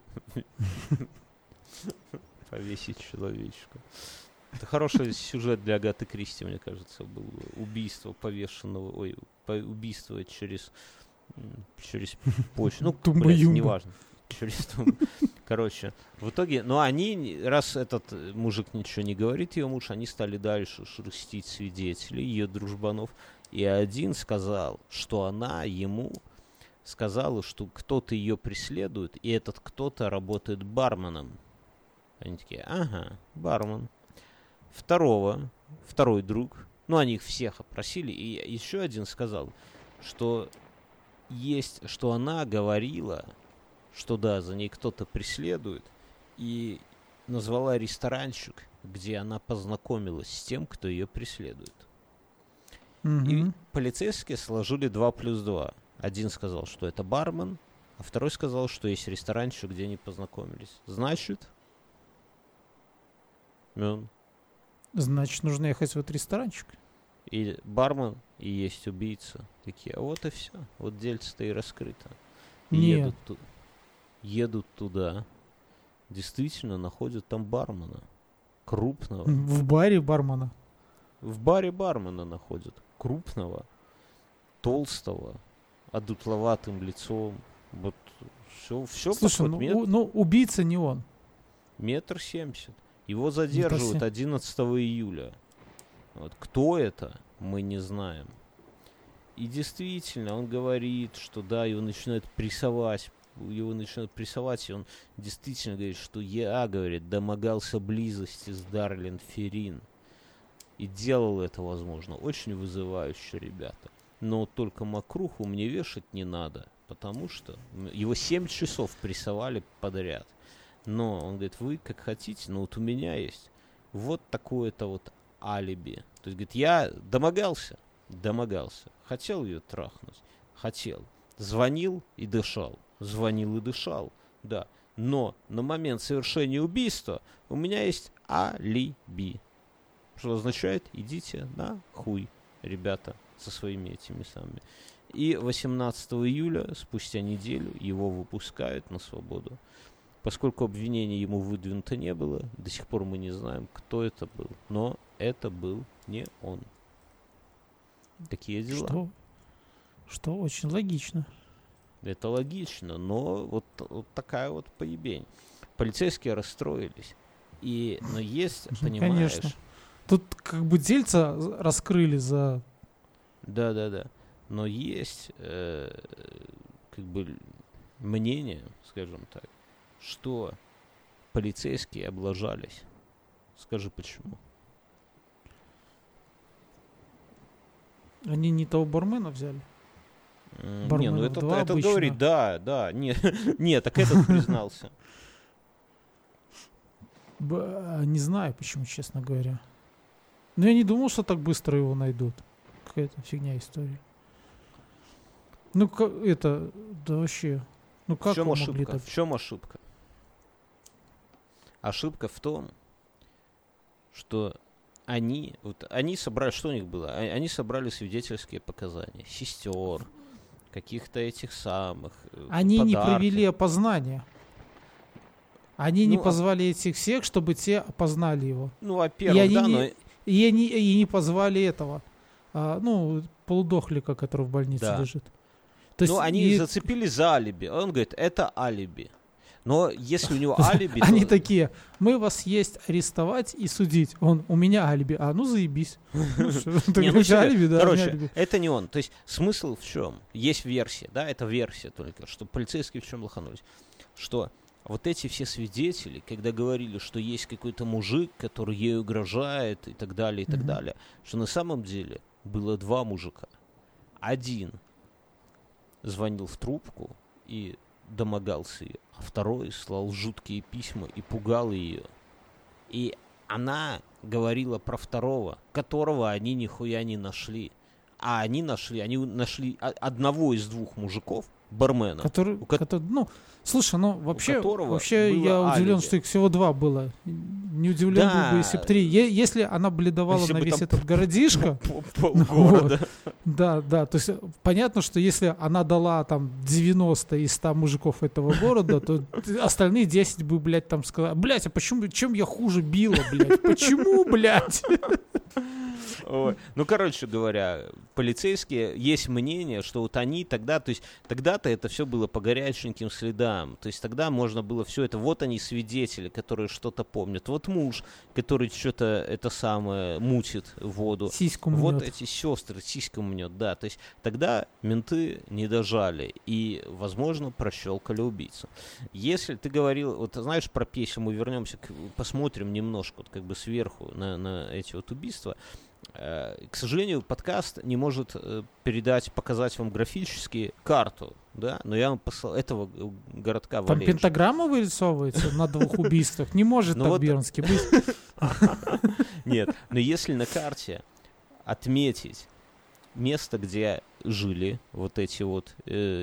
S2: Повесить человечка. Это хороший сюжет для Агаты Кристи, мне кажется, был. Убийство повешенного, убийство через почту. Ну, неважно. Короче, в итоге, они, раз этот мужик ничего не говорит, ее муж, они стали дальше шерстить свидетелей, ее дружбанов, и один сказал, что она ему сказала, что кто-то ее преследует, и этот кто-то работает барменом. Они такие, ага, бармен. Второй друг, они их всех опросили, и еще один сказал, что она говорила, что да, за ней кто-то преследует, и назвала ресторанчик, где она познакомилась с тем, кто ее преследует. И полицейские сложили 2 плюс 2. Один сказал, что это бармен, а второй сказал, что есть ресторанчик, где они познакомились. Значит,
S1: нужно ехать в этот ресторанчик.
S2: И бармен, и есть убийца. Такие, а вот и все. Вот дельце-то и раскрыто.
S1: Нет.
S2: Едут туда, действительно находят там бармена. Крупного.
S1: В баре бармена?
S2: В баре бармена находят. Крупного, толстого, одутловатым лицом. Вот все.
S1: Слушай, убийца не он.
S2: 1,70 м. Его задерживают 11 июля. Вот. Кто это, мы не знаем. И действительно, он говорит, что да, его начинают прессовать, и он действительно говорит, что я, говорит, домогался близости с Дарлин Феррин. И делал это, возможно, очень вызывающе, ребята. Но только мокруху мне вешать не надо, потому что его 7 часов прессовали подряд. Но он говорит, вы как хотите, но вот у меня есть вот такое-то вот алиби. То есть, говорит, я домогался. Хотел ее трахнуть. Хотел. Звонил и дышал. Да. Но на момент совершения убийства у меня есть алиби. Что означает, идите на хуй, ребята, со своими этими самыми. И 18 июля, спустя неделю, его выпускают на свободу. Поскольку обвинения ему выдвинуто не было, до сих пор мы не знаем, кто это был. Но это был не он. Такие дела.
S1: Что очень логично.
S2: Это логично, но вот такая вот поебень. Полицейские расстроились. Но есть, понимаешь...
S1: Конечно. Тут как бы дельца раскрыли за...
S2: Да. Но есть как бы мнение, скажем так, что полицейские облажались. Скажи, почему?
S1: Они не того бармена взяли?
S2: Не, ну этот говорит, да. Нет, так этот признался.
S1: Не знаю, почему, честно говоря. Но я не думал, что так быстро его найдут. Какая-то фигня история. Ну, это, да вообще. Ну, как
S2: в чем ошибка?
S1: могли так?
S2: В чем ошибка? Ошибка в том, что они собрали, что у них было? Они собрали свидетельские показания. Сестер, каких-то этих самых.
S1: Они
S2: подарки.
S1: Не провели опознание. Они не позвали этих всех, чтобы те опознали его.
S2: Ну, во-первых, но...
S1: И не позвали этого. Полудохлика, который в больнице лежит.
S2: То есть они зацепились за алиби. Он говорит, это алиби. Но если у него алиби...
S1: Они такие, мы вас есть арестовать и судить. У меня алиби. Заебись.
S2: Короче, это не он. То есть смысл в чем? Есть версия, да, это версия только, что полицейские в чем лоханулись. Что вот эти все свидетели, когда говорили, что есть какой-то мужик, который ей угрожает и так далее, что на самом деле было два мужика. Один звонил в трубку и домогался ее, а второй слал жуткие письма и пугал ее. И она говорила про второго, которого они нихуя не нашли. А они нашли одного из двух мужиков, бармена.
S1: Слушай, вообще я удивлен, что их всего два было. Не удивлен был бы, если бы 3. Если она бледовала на весь этот городишко...
S2: Полгорода.
S1: Да, то есть понятно, что если она дала там 90 из 100 мужиков этого города, то остальные 10 бы, блядь, там сказали, блядь, а почему, чем я хуже била, блядь? Почему, блядь?
S2: Ну, короче говоря, полицейские, есть мнение, что вот они тогда, то есть тогда-то это все было по горяченьким следам, то есть тогда можно было все это, вот они свидетели, которые что-то помнят, вот муж, который что-то это самое мутит воду,
S1: сиську мнет.
S2: Вот эти сестры сиську мнет, да, то есть тогда менты не дожали и, возможно, прощелкали убийцу. Если ты говорил, вот знаешь, про песню мы вернемся, посмотрим немножко, вот как бы сверху на эти вот убийства. К сожалению, подкаст не может показать вам графически карту, да, но я вам послал этого городка
S1: Там
S2: Валенша.
S1: Пентаграмма вырисовывается на 2 убийствах, не может так Бернский быть.
S2: Нет, но если на карте отметить место, где жили вот эти вот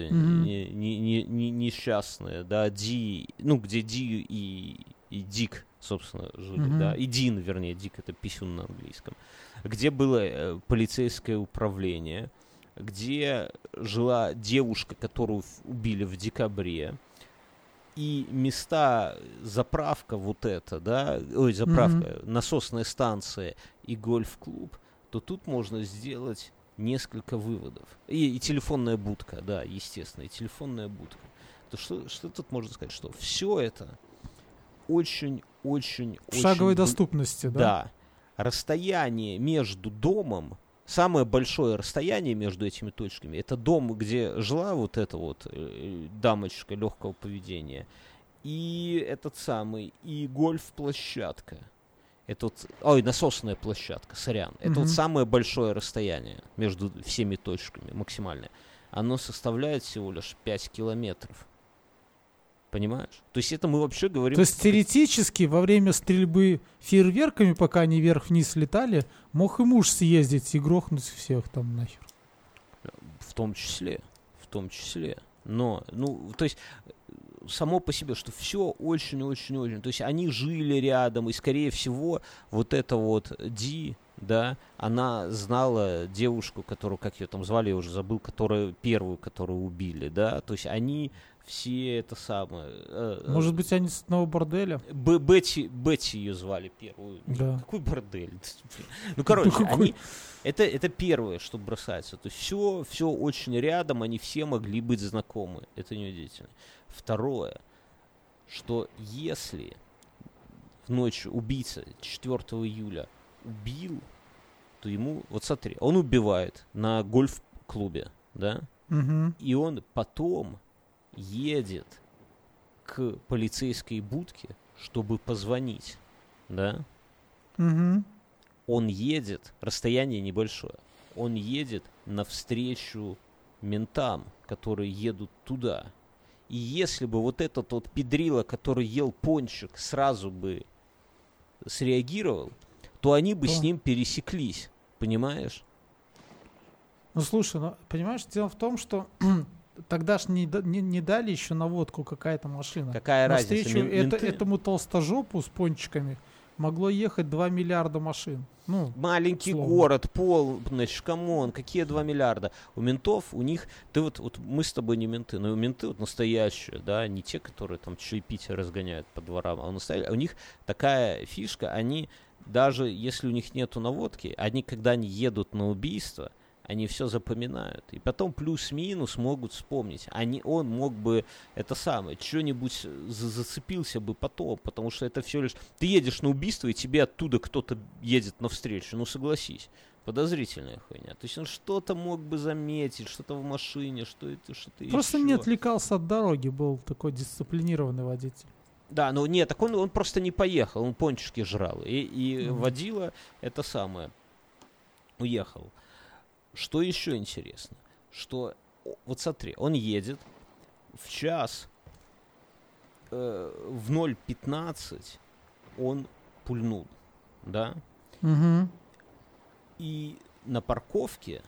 S2: несчастные, да, где Ди и Дик, собственно, жили, да, и Дин, вернее, Дик — это писюн на английском, где было полицейское управление, где жила девушка, которую убили в декабре, и места, заправка вот эта, да, насосная станция и гольф-клуб, то тут можно сделать несколько выводов. И телефонная будка, да, естественно, и телефонная будка. То что тут можно сказать? Что все это очень-очень...
S1: В шаговой доступности, да?
S2: Да. Расстояние между домом, самое большое расстояние между этими точками, это дом, где жила вот эта вот дамочка легкого поведения, и и гольф-площадка. Это насосная площадка, сорян. Это вот самое большое расстояние между всеми точками, максимальное. Оно составляет всего лишь 5 километров. Понимаешь? То есть это мы вообще говорим...
S1: То есть теоретически во время стрельбы фейерверками, пока они вверх-вниз летали, мог и муж съездить и грохнуть всех там нахер.
S2: В том числе. Но, то есть само по себе, что все очень-очень-очень... То есть они жили рядом, и, скорее всего, вот эта вот Ди, да, она знала девушку, которую, как ее там звали, я уже забыл, первую, которую убили, да, то есть они все это самое...
S1: Может быть, они с одного борделя?
S2: Бетти ее звали первую.
S1: Да.
S2: Какой бордель? Ну, короче, это первое, что бросается. То есть все очень рядом, они все могли быть знакомы. Это неудивительно. Второе, что если в ночь убийца 4 июля убил, то ему, вот смотри, он убивает на гольф-клубе, да, и он потом едет к полицейской будке, чтобы позвонить, да. Он едет, расстояние небольшое, он едет навстречу ментам, которые едут туда. И если бы вот этот вот педрила, который ел пончик, сразу бы среагировал, то они бы с ним пересеклись, понимаешь?
S1: Ну, слушай, понимаешь, дело в том, что тогда ж не дали еще наводку какая-то машина.
S2: Какая
S1: навстречу
S2: разница?
S1: Этому толстожопу с пончиками могло ехать 2 миллиарда машин. Ну,
S2: маленький
S1: словно.
S2: Город, полночь, камон, какие 2 миллиарда? У ментов, у них, ты вот мы с тобой не менты, но у менты вот настоящие, да, не те, которые там чаепитие разгоняют по дворам, а у них такая фишка, они, даже если у них нету наводки, они, когда они едут на убийство, они все запоминают. И потом плюс-минус могут вспомнить. Он мог бы это самое, что-нибудь зацепился бы потом, потому что это все лишь... Ты едешь на убийство, и тебе оттуда кто-то едет навстречу. Ну, согласись. Подозрительная хуйня. То есть он что-то мог бы заметить, что-то в машине, что-то
S1: просто
S2: еще.
S1: не отвлекался от дороги, был такой дисциплинированный водитель.
S2: Да, но нет, так он просто не поехал, он пончики жрал. И водила это самое. Уехал. Что еще интересно? Что, вот смотри, он едет в час, в 0:15 он пульнул, да? И на парковке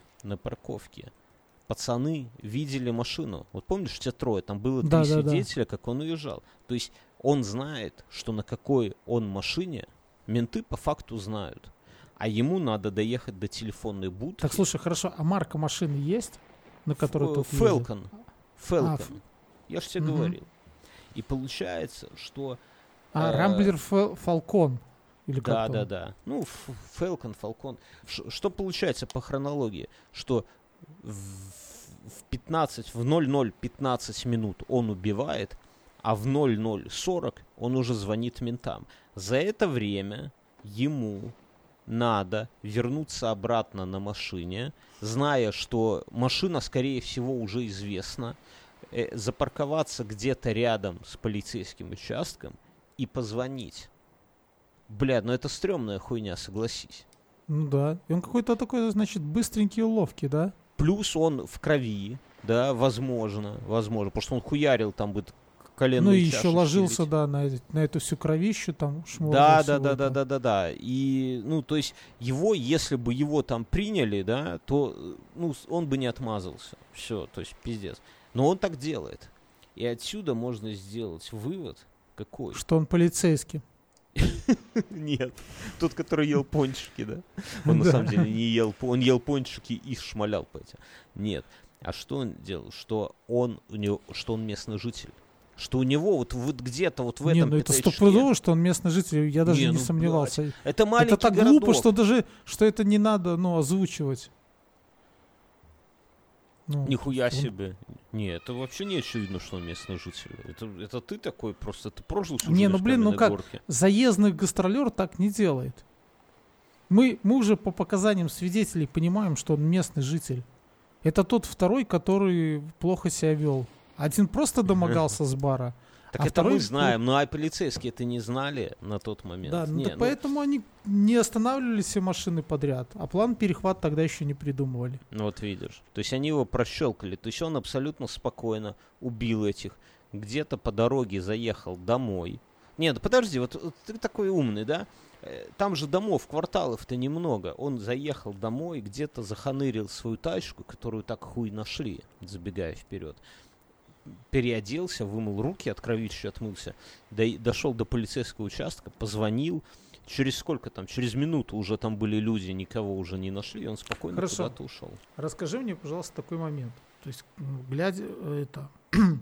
S2: пацаны видели машину. Вот помнишь, те трое, там было 3 свидетеля, как он уезжал. То есть он знает, что на какой он машине, менты по факту знают. А ему надо доехать до телефонной будки.
S1: Так, слушай, хорошо, а марка машины есть, на которой тут
S2: Falcon. Я же тебе говорил. И получается, что...
S1: Рамблер Falcon. Или как
S2: да. Ну, Falcon. Что получается по хронологии? Что в 00:15 минут он убивает, а в 00:40 он уже звонит ментам. За это время ему... надо вернуться обратно на машине, зная, что машина, скорее всего, уже известна, запарковаться где-то рядом с полицейским участком и позвонить. Бля, ну это стрёмная хуйня, согласись.
S1: Ну да. И он какой-то такой, значит, быстренький и ловкий, да?
S2: Плюс он в крови, да, возможно, потому что он хуярил там бы коленную чашу.
S1: Ну и еще ложился, да, на эту всю кровищу там.
S2: Да. И, ну, то есть его, если бы его там приняли, да, то, ну, он бы не отмазался. Все, то есть пиздец. Но он так делает. И отсюда можно сделать вывод какой?
S1: Что он полицейский.
S2: Нет. Тот, который ел пончики, да? Он на самом деле не ел, он ел пончики и шмалял по этим. Нет. А что он делал? Что он местный житель. Что у него вот где-то вот в этом...
S1: Не, ну это стопудово, что он местный житель, я даже не сомневался.
S2: Блядь. Это маленький
S1: городок. Это так глупо, что даже, что это не надо, озвучивать.
S2: Ну, нихуя себе. Не, это вообще не очевидно, что он местный житель. Это ты такой просто, ты прожил всю жизнь в каменной горке.
S1: Заездный гастролер так не делает. Мы уже по показаниям свидетелей понимаем, что он местный житель. Это тот второй, который плохо себя вел. Один просто домогался с бара.
S2: Так это мы знаем, а полицейские это не знали на тот момент.
S1: Да, поэтому они не останавливали все машины подряд, а план перехват тогда еще не придумывали.
S2: Ну вот видишь, то есть они его прощелкали, то есть он абсолютно спокойно убил этих, где-то по дороге заехал домой. Нет, подожди, вот ты такой умный, да? Там же домов, кварталов-то немного. Он заехал домой, где-то заханырил свою тачку, которую так хуй нашли, забегая вперед. Переоделся, вымыл руки, от кровищи отмылся, дошел до полицейского участка, позвонил. Через сколько там? Через минуту уже там были люди, никого уже не нашли, и он спокойно куда-то ушел.
S1: Расскажи мне, пожалуйста, такой момент. То есть, глядя это...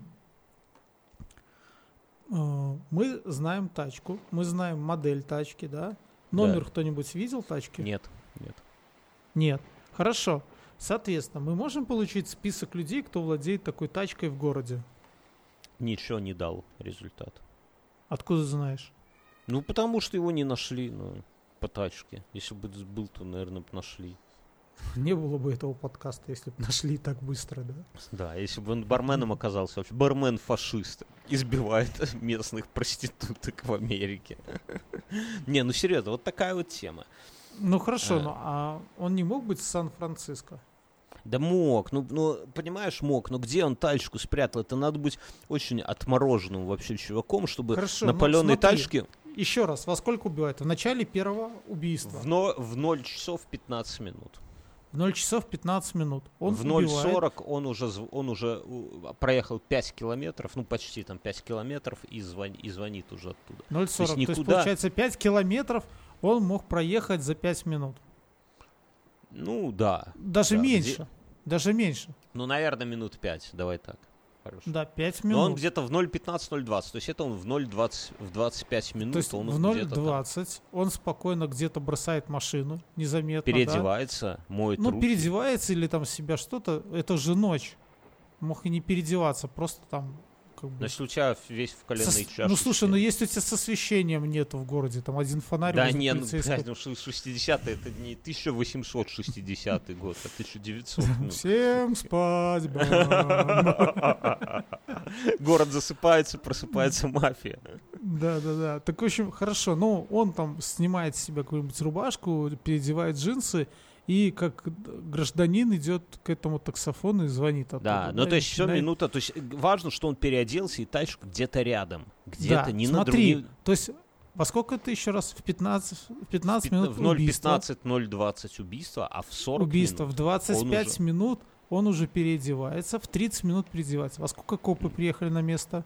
S1: мы знаем тачку, мы знаем модель тачки, да? Номер кто-нибудь видел тачки? Нет. Хорошо. Соответственно, мы можем получить список людей, кто владеет такой тачкой в городе?
S2: Ничего не дал результат.
S1: Откуда знаешь?
S2: Ну, потому что его не нашли, по тачке. Если бы был, то, наверное, бы нашли.
S1: Не было бы этого подкаста, если бы нашли так быстро, да?
S2: Да, если бы он барменом оказался, вообще бармен-фашист, избивает местных проституток в Америке. Не, ну серьезно, вот такая вот тема.
S1: Ну хорошо, а он не мог быть в Сан-Франциско?
S2: Да мог, понимаешь, мог, но где он тачку спрятал? Это надо быть очень отмороженным вообще чуваком, чтобы на паленой тачке...
S1: Еще раз, во сколько убивает? В начале первого убийства?
S2: В 0 часов 15 минут.
S1: В 0 часов 15 минут. Он
S2: в 0:40 он уже проехал 5 километров, почти там 5 километров и звонит уже оттуда.
S1: 0:40, то есть получается 5 километров он мог проехать за 5 минут.
S2: Ну да.
S1: Даже меньше. Даже меньше.
S2: Ну, наверное, минут 5, давай так. Хорошо.
S1: Да, 5 минут.
S2: Но он где-то в 0:15-0:20, то есть это он в 0:20, в 25 минут.
S1: То есть
S2: он
S1: в 0:20 он спокойно где-то бросает машину, незаметно,
S2: переодевается, моет руки.
S1: Переодевается или там себя что-то, это же ночь. Мог и не переодеваться, просто там как бы...
S2: Значит, у тебя весь в коленной чашечке.
S1: Ну, слушай, если у тебя с освещением нету в городе, там один фонарь...
S2: Да не, 60-е, это не 1860 год, а 1900.
S1: Всем спать,
S2: город засыпается, просыпается мафия.
S1: Да. Так, в общем, хорошо. Он там снимает с себя какую-нибудь рубашку, переодевает джинсы, и как гражданин идет к этому таксофону и звонит оттуда.
S2: Да, то есть все минута. То есть важно, что он переоделся, и тачка где-то рядом. Где-то, не на другом.
S1: То есть во сколько это еще раз? В 15 минут
S2: в 0:15, 0:20 убийство, а в 40
S1: убийство.
S2: минут
S1: В 25 минут он уже переодевается, в 30 минут переодевается. Во сколько копы приехали на место?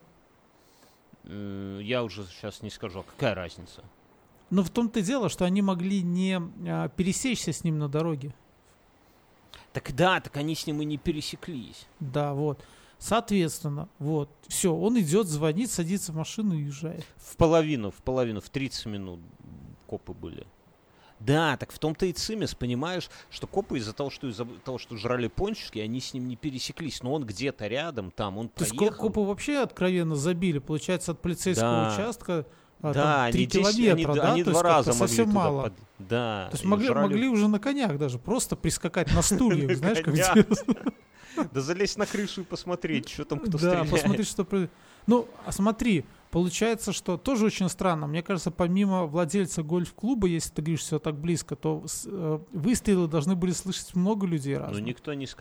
S2: Я уже сейчас не скажу, а какая разница?
S1: Но в том-то и дело, что они могли не пересечься с ним на дороге.
S2: Так они с ним и не пересеклись.
S1: Да, вот. Соответственно, все, он идет, звонит, садится в машину и уезжает.
S2: В половину, в 30 минут копы были. Да, так в том-то и цимес, понимаешь, что копы из-за того, что жрали пончики, они с ним не пересеклись, но он где-то рядом, там, он проехал.
S1: То есть копы вообще откровенно забили, получается, от полицейского участка...
S2: Да,
S1: 3 километра,
S2: они 2 раза могли
S1: совсем
S2: туда
S1: мало.
S2: Да.
S1: То есть могли уже на конях даже просто прискакать на стульях, знаешь, как интересно.
S2: Да залезть на крышу и посмотреть, что там кто стреляет.
S1: Да, посмотреть, что происходит. Ну, смотри, получается, что тоже очень странно. Мне кажется, помимо владельца гольф-клуба, если ты говоришь все так близко, то выстрелы должны были слышать много людей разных.
S2: Ну, никто не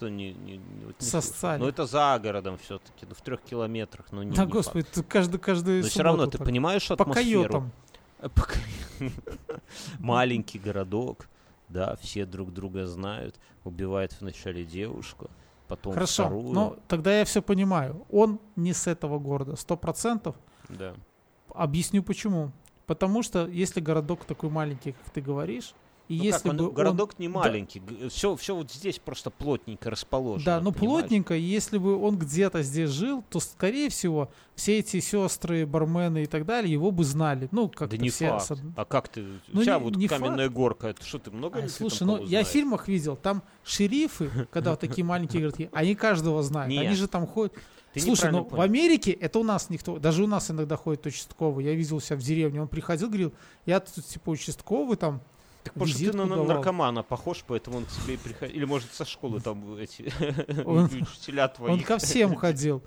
S1: сосцали.
S2: Ну, это за городом все-таки, в 3 километрах.
S1: Да, господи, каждый
S2: но все равно ты понимаешь атмосферу.
S1: По койотам.
S2: Маленький городок, да, все друг друга знают, убивает вначале девушку, потом
S1: хорошо,
S2: вторую.
S1: Ну, тогда я все понимаю. Он не с этого города, 100%.
S2: Да.
S1: Объясню почему. Потому что если городок такой маленький, как ты говоришь, и если бы
S2: городок не маленький, да, все вот здесь просто плотненько расположено.
S1: Да, но плотненько, и если бы он где-то здесь жил, то, скорее всего, все эти сестры, бармены и так далее его бы знали. Ну, как-то
S2: да не
S1: все...
S2: факт. А как ты? У тебя вот каменная горка, это что ты много
S1: слушай, я в фильмах видел, там шерифы, когда вот такие маленькие городки, они каждого знают. Они же там ходят... Слушай, в Америке это у нас никто, даже у нас иногда ходит участковый. Я видел себя в деревне, он приходил, говорил, я тут типа участковый там.
S2: Так потому что ты на наркомана похож, поэтому он к тебе и приходил. Или может со школы там эти учителя твои.
S1: Он ко всем ходил.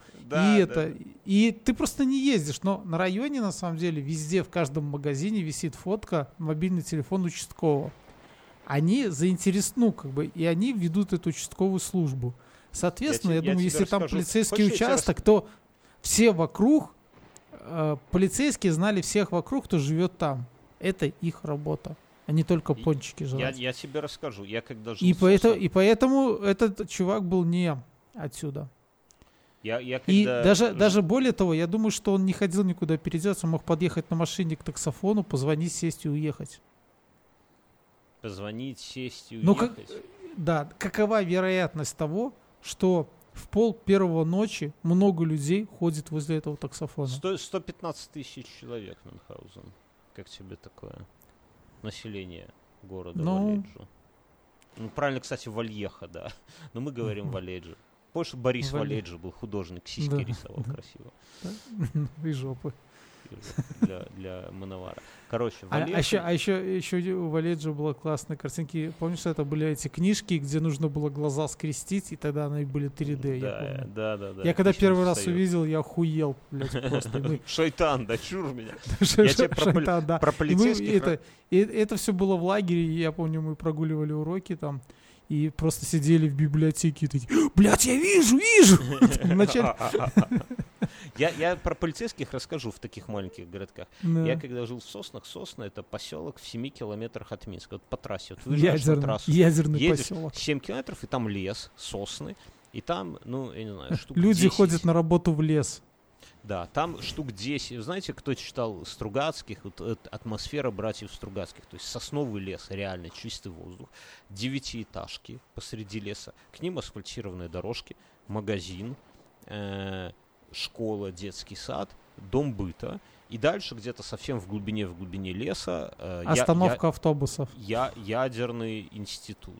S1: И ты просто не ездишь. Но на районе, на самом деле, везде, в каждом магазине висит фотка, мобильный телефон участкового. Они заинтересованы, и они ведут эту участковую службу. Соответственно, я думаю, если там полицейский участок, то все вокруг, полицейские знали всех вокруг, кто живет там. Это их работа, а не только пончики жрать.
S2: Я тебе расскажу. Я когда жил
S1: и поэтому этот чувак был не отсюда. Даже более того, я думаю, что он не ходил никуда переодеться, он мог подъехать на машине к таксофону, позвонить, сесть и уехать.
S2: Позвонить, сесть и уехать?
S1: Да, какова вероятность того, что в 1:30 ночи много людей ходит возле этого таксофона?
S2: 115 тысяч человек, Мюнхгаузен. Как тебе такое? Население города Валеджо. Ну, правильно, кстати, Вальеха, да. Но мы говорим Валеджо. Помнишь, Борис Валеджо был художник, сиськи рисовал красиво.
S1: И жопы.
S2: для Мановара. Короче,
S1: еще у Валеджо была классная картинки. Помнишь, это были эти книжки, где нужно было глаза скрестить, и тогда они были 3D, я помню.
S2: Да.
S1: Я когда первый раз увидел, я охуел, блядь, просто.
S2: Шайтан, да чур меня.
S1: Я тебе
S2: про полицейских...
S1: Это все было в лагере, я помню, мы прогуливали уроки там, и просто сидели в библиотеке и такие: блядь, я вижу!
S2: Я про полицейских расскажу в таких маленьких городках. Да. Я когда жил в Соснах, Сосны — это поселок в 7 километрах от Минска. Вот по трассе. Вот выезжаешь на трассу,
S1: ядерный
S2: едешь
S1: поселок.
S2: 7 километров, и там лес, сосны, и там, ну, я не знаю, штук
S1: Люди
S2: 10.
S1: ходят на работу в лес.
S2: Да, там штук 10. Знаете, кто читал Стругацких? Вот атмосфера братьев Стругацких. То есть сосновый лес, реально чистый воздух. 9-этажки посреди леса. К ним асфальтированные дорожки, магазин, школа, детский сад, дом быта. И дальше где-то совсем в глубине леса...
S1: Остановка автобусов.
S2: Ядерный институт.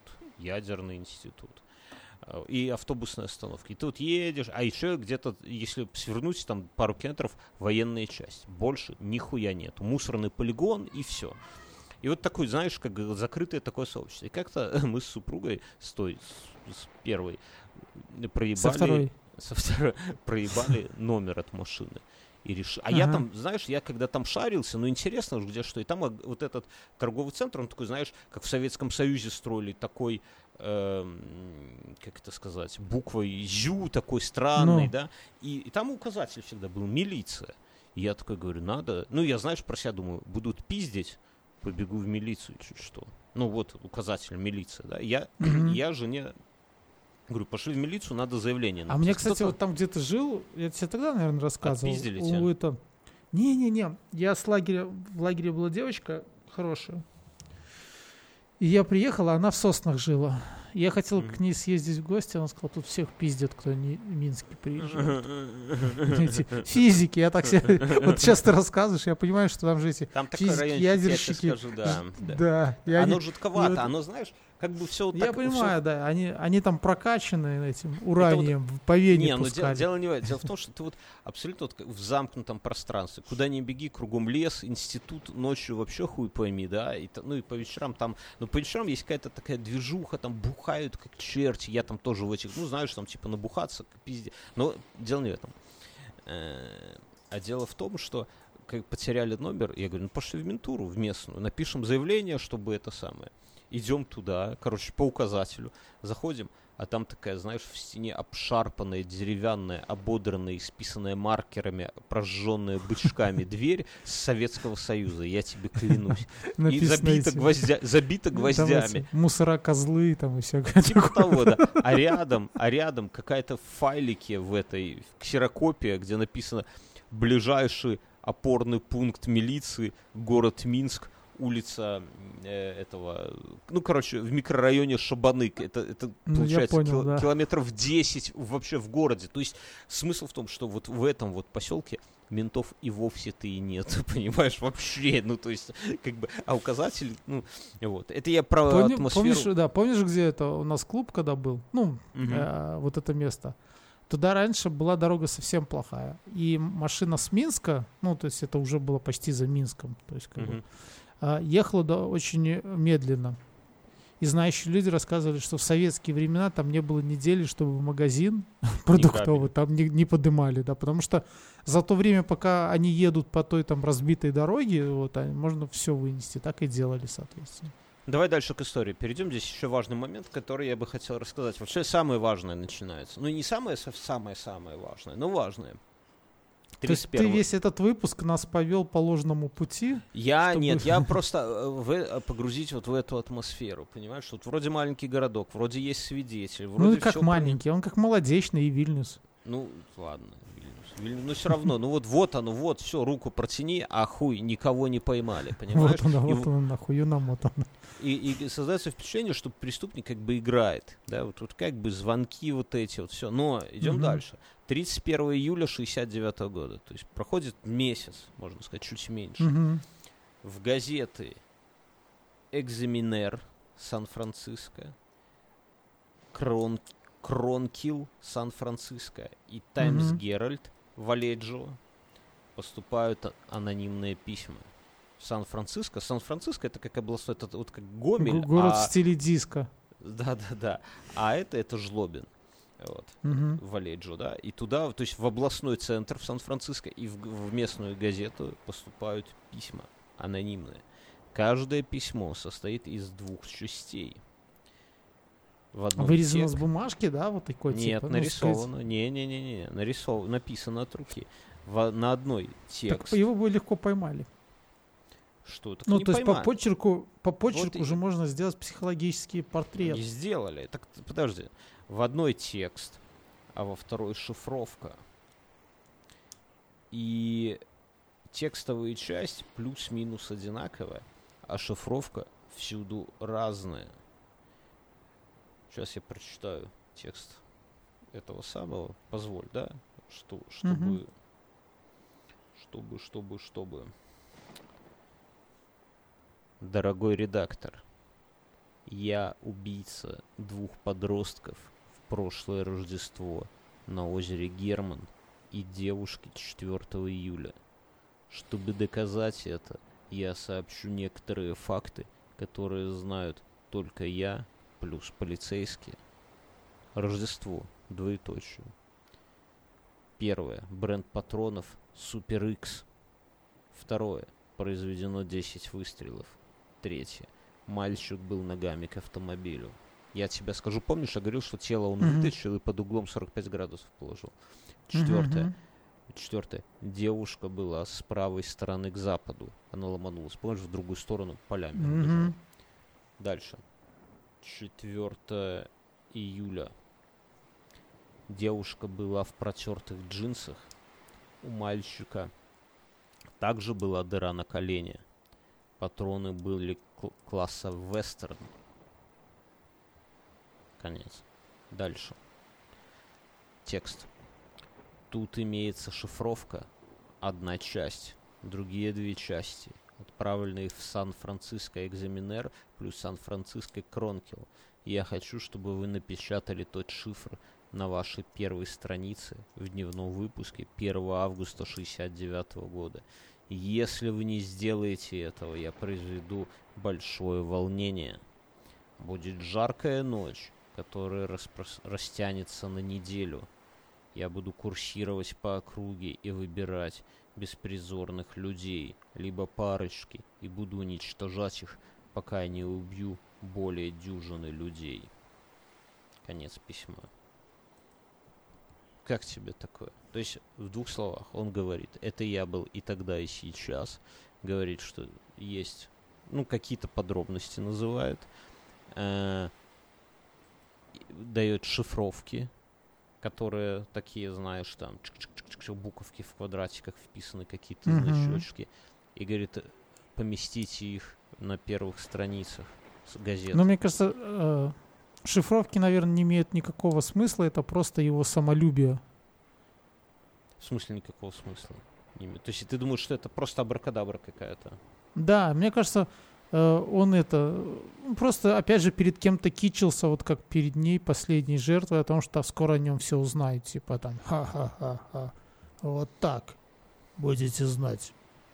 S2: И автобусная остановка. И ты вот едешь, а еще где-то, если свернуть там пару километров, военная часть. Больше нихуя нет. Мусорный полигон и все. И вот такой, знаешь, как закрытое такое сообщество. И как-то мы с супругой, с первой, проебали... Со второй проебали номер от машины. И решил. Я там, знаешь, я когда там шарился, ну интересно уж где что. И там вот этот торговый центр, он такой, знаешь, как в Советском Союзе строили, такой, как это сказать, буквой «Зю», такой странный, да. И там указатель всегда был «Милиция». И я такой говорю, надо... Ну, я, знаешь, про себя думаю, будут пиздить, побегу в милицию, чуть что. Ну, вот указатель «Милиция», да. Я жене... Говорю, пошли в милицию, надо заявление написать.
S1: А мне, кстати, вот там, где ты жил, я тебе тогда, наверное, рассказывал.
S2: Отпиздили тебя?
S1: Не-не-не, я в лагере была девочка хорошая. И я приехал, а она в Соснах жила. Я хотел к ней съездить в гости, она сказала, тут всех пиздят, кто не в Минске приезжает. Физики, я так себе... Вот сейчас ты рассказываешь, я понимаю, что там же эти физики, ядерщики.
S2: Я тебе скажу,
S1: да.
S2: Оно жутковато, оно, знаешь, как бы все вот так...
S1: Я понимаю, да, они там прокачаны этим уранием, по вене пускали.
S2: Дело в том, что ты вот абсолютно вот в замкнутом пространстве. Куда ни беги, кругом лес, институт, ночью вообще хуй пойми, да, и по вечерам там... Ну, по вечерам есть какая-то такая движуха, там бухают как черти, я там тоже в этих... Ну, знаешь, там типа набухаться, пиздец. Но дело не в этом. А дело в том, что как потеряли номер, я говорю, ну пошли в ментуру, в местную, напишем заявление, чтобы это самое. Идем туда, короче, по указателю, заходим, а там такая, знаешь, в стене обшарпанная, деревянная, ободранная, исписанная маркерами, прожженная бычками дверь с Советского Союза, я тебе клянусь. И забита гвоздями.
S1: Мусора, козлы там и всякое.
S2: Типа того, да. А рядом какая-то в файлике в этой ксерокопия, где написано «Ближайший опорный пункт милиции, город Минск, улица в микрорайоне Шабанык. Это получается километров 10 вообще в городе. То есть смысл в том, что вот в этом вот поселке ментов и вовсе-то и нет, понимаешь, вообще. Ну, то есть, как бы, а указатель, ну, вот. Это я про атмосферу.
S1: Помнишь, где это у нас клуб, когда был? Ну, вот это место. Туда раньше была дорога совсем плохая. И машина с Минска, ну, то есть это уже было почти за Минском, то есть как бы, ехала очень медленно. И знающие люди рассказывали, что в советские времена там не было недели, чтобы магазин продуктовый там не подымали, да, потому что за то время, пока они едут по той там разбитой дороге, вот, можно все вынести. Так и делали, соответственно.
S2: Давай дальше к истории перейдем. Здесь еще важный момент, который я бы хотел рассказать. Вообще самое важное начинается. Ну, не самое-самое важное, но важное.
S1: То есть ты весь этот выпуск нас повел по ложному пути?
S2: Нет, я просто погрузить вот в эту атмосферу, понимаешь? Вот вроде маленький городок, вроде есть свидетель. Вроде
S1: как маленький, он как Молодечный и Вильнюс.
S2: Ну, ладно, Вильнюс. Но все равно, вот оно, все, руку протяни, а хуй, никого не поймали, понимаешь?
S1: Вот он, нахуй намотан.
S2: И создается впечатление, что преступник как бы играет, да, вот как бы звонки вот эти, вот все. Но идем дальше. 31 июля 1969 года, то есть проходит месяц, можно сказать, чуть меньше. В газеты «Экзаменер» Сан-Франциско, «Кронкилл» Сан-Франциско и «Таймс Геральд» Валеджио поступают анонимные письма. Сан-Франциско — это как областной, это вот как Гомель.
S1: Город в стиле диска.
S2: Да. А это Жлобин. Вот, Валеджо, да. И туда, то есть в областной центр в Сан-Франциско и в местную газету поступают письма анонимные. Каждое письмо состоит из 2 частей.
S1: Вырезано с бумажки, да, вот такой
S2: Нет,
S1: типа?
S2: нарисовано. Не. Нарисовано, написано от руки. На одной текст.
S1: Так его бы легко поймали.
S2: Что? Так
S1: ну,
S2: не
S1: то есть
S2: поймали.
S1: по почерку уже можно сделать психологический портрет.
S2: Не сделали. Так, подожди. В одной текст, а во второй шифровка. И текстовая часть плюс-минус одинаковая, а шифровка всюду разная. Сейчас я прочитаю текст этого самого. Позволь, да? Чтобы... Дорогой редактор, я убийца 2 подростков в прошлое Рождество на озере Герман и девушки 4 июля. Чтобы доказать это, я сообщу некоторые факты, которые знают только я плюс полицейские. Рождество. Двоеточие. 1. Бренд патронов Super X. 2. Произведено 10 выстрелов. 3. Мальчик был ногами к автомобилю. Я тебе скажу, помнишь, я говорил, что тело он вытащил и под углом 45 градусов положил. 4. Девушка была с правой стороны к западу. Она ломанулась. Помнишь, в другую сторону полями убежала. Дальше. 4 июля. Девушка была в протертых джинсах. У мальчика также была дыра на колене. Патроны были класса вестерн. Конец. Дальше. Текст. Тут имеется шифровка. 1 часть. Другие 2 части. Отправленные в Сан-Франциско Экзаменер плюс Сан-Франциско Кронкел. Я хочу, чтобы вы напечатали тот шифр на вашей первой странице в дневном выпуске 1 августа 1969 года. Если вы не сделаете этого, я произведу большое волнение. Будет жаркая ночь, которая растянется на неделю. Я буду курсировать по округе и выбирать беспризорных людей, либо парочки, и буду уничтожать их, пока не убью более дюжины людей. Конец письма. Как тебе такое? То есть, в 2 словах он говорит, это я был и тогда, и сейчас. Говорит, что есть, какие-то подробности называет. Дает шифровки, которые такие, знаешь, там, буковки в квадратиках вписаны, какие-то значочки. И говорит, поместите их на первых страницах газет.
S1: Мне кажется... Шифровки, наверное, не имеют никакого смысла, это просто его самолюбие.
S2: В смысле никакого смысла? То есть ты думаешь, что это просто абракадабра какая-то?
S1: Да, мне кажется, он просто, опять же, перед кем-то кичился, вот как перед ней, последней жертвой, о том, что скоро о нем все узнают, типа там, ха-ха-ха-ха, вот так будете знать.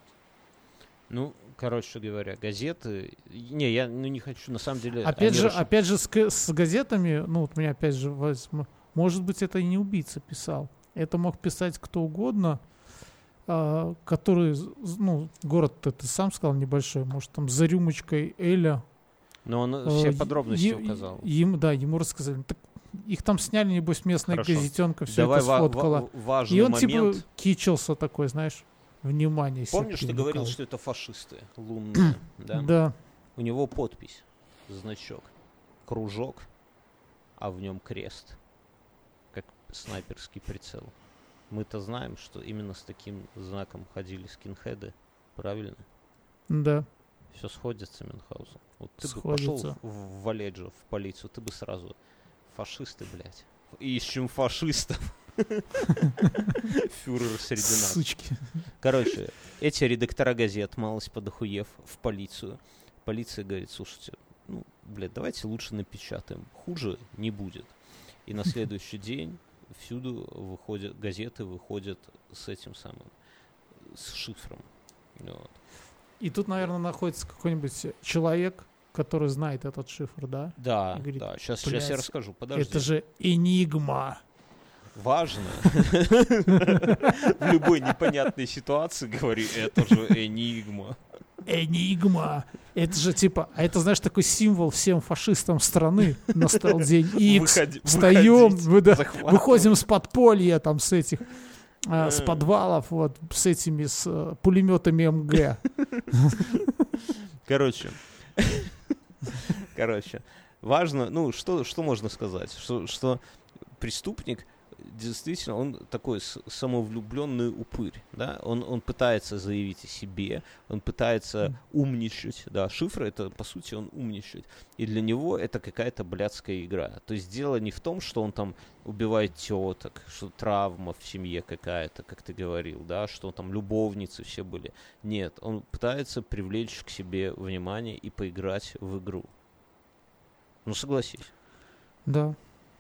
S2: Короче говоря, газеты... Не, я не хочу, на самом деле...
S1: Опять же с газетами, вот меня опять же может быть, это и не убийца писал. Это мог писать кто угодно, который, город-то ты сам сказал небольшой, может, там за рюмочкой Эля.
S2: Но он все подробности указал.
S1: Ему рассказали. Так, их там сняли, небось, местная газетенка, все
S2: Давай
S1: это сфоткала.
S2: И
S1: он,
S2: момент.
S1: типа, кичился такой, знаешь, внимание.
S2: Помнишь, ты говорил, что это фашисты лунные, да?
S1: Да.
S2: У него подпись, значок, кружок, а в нем крест, как снайперский прицел. Мы-то знаем, что именно с таким знаком ходили скинхеды, правильно?
S1: Да.
S2: Все сходится, Мюнхгаузен. Вот ты
S1: сходится.
S2: бы пошел в Валеджо, в полицию, ты бы сразу фашисты, блядь. Ищем фашистов. Фюрер среди нас.
S1: Сучки.
S2: Короче, эти редактора газет, малость подохуев, в полицию. Полиция говорит, слушайте, давайте лучше напечатаем. Хуже не будет. И на следующий день всюду газеты выходят с этим самым, с шифром. Вот.
S1: И тут, наверное, находится какой-нибудь человек, который знает этот шифр, да?
S2: Да, говорит, да. Сейчас я расскажу, подожди.
S1: Это же энигма.
S2: Важно. В любой непонятной ситуации говори, это же энигма.
S1: Энигма. Это же типа, а это, знаешь, такой символ всем фашистам страны. Настал день Икс. Встаем, выходим с подполья, там, с этих, с подвалов, вот, с этими, с пулеметами МГ.
S2: Короче, важно, ну, что можно сказать? Что преступник, действительно, он такой самовлюбленный упырь, да, он пытается заявить о себе, он пытается умничать, да, шифр это, по сути, он умничает, и для него это какая-то блядская игра, то есть дело не в том, что он там убивает теток, что травма в семье какая-то, как ты говорил, да, что там любовницы все были, нет, он пытается привлечь к себе внимание и поиграть в игру, ну, согласись.
S1: Да.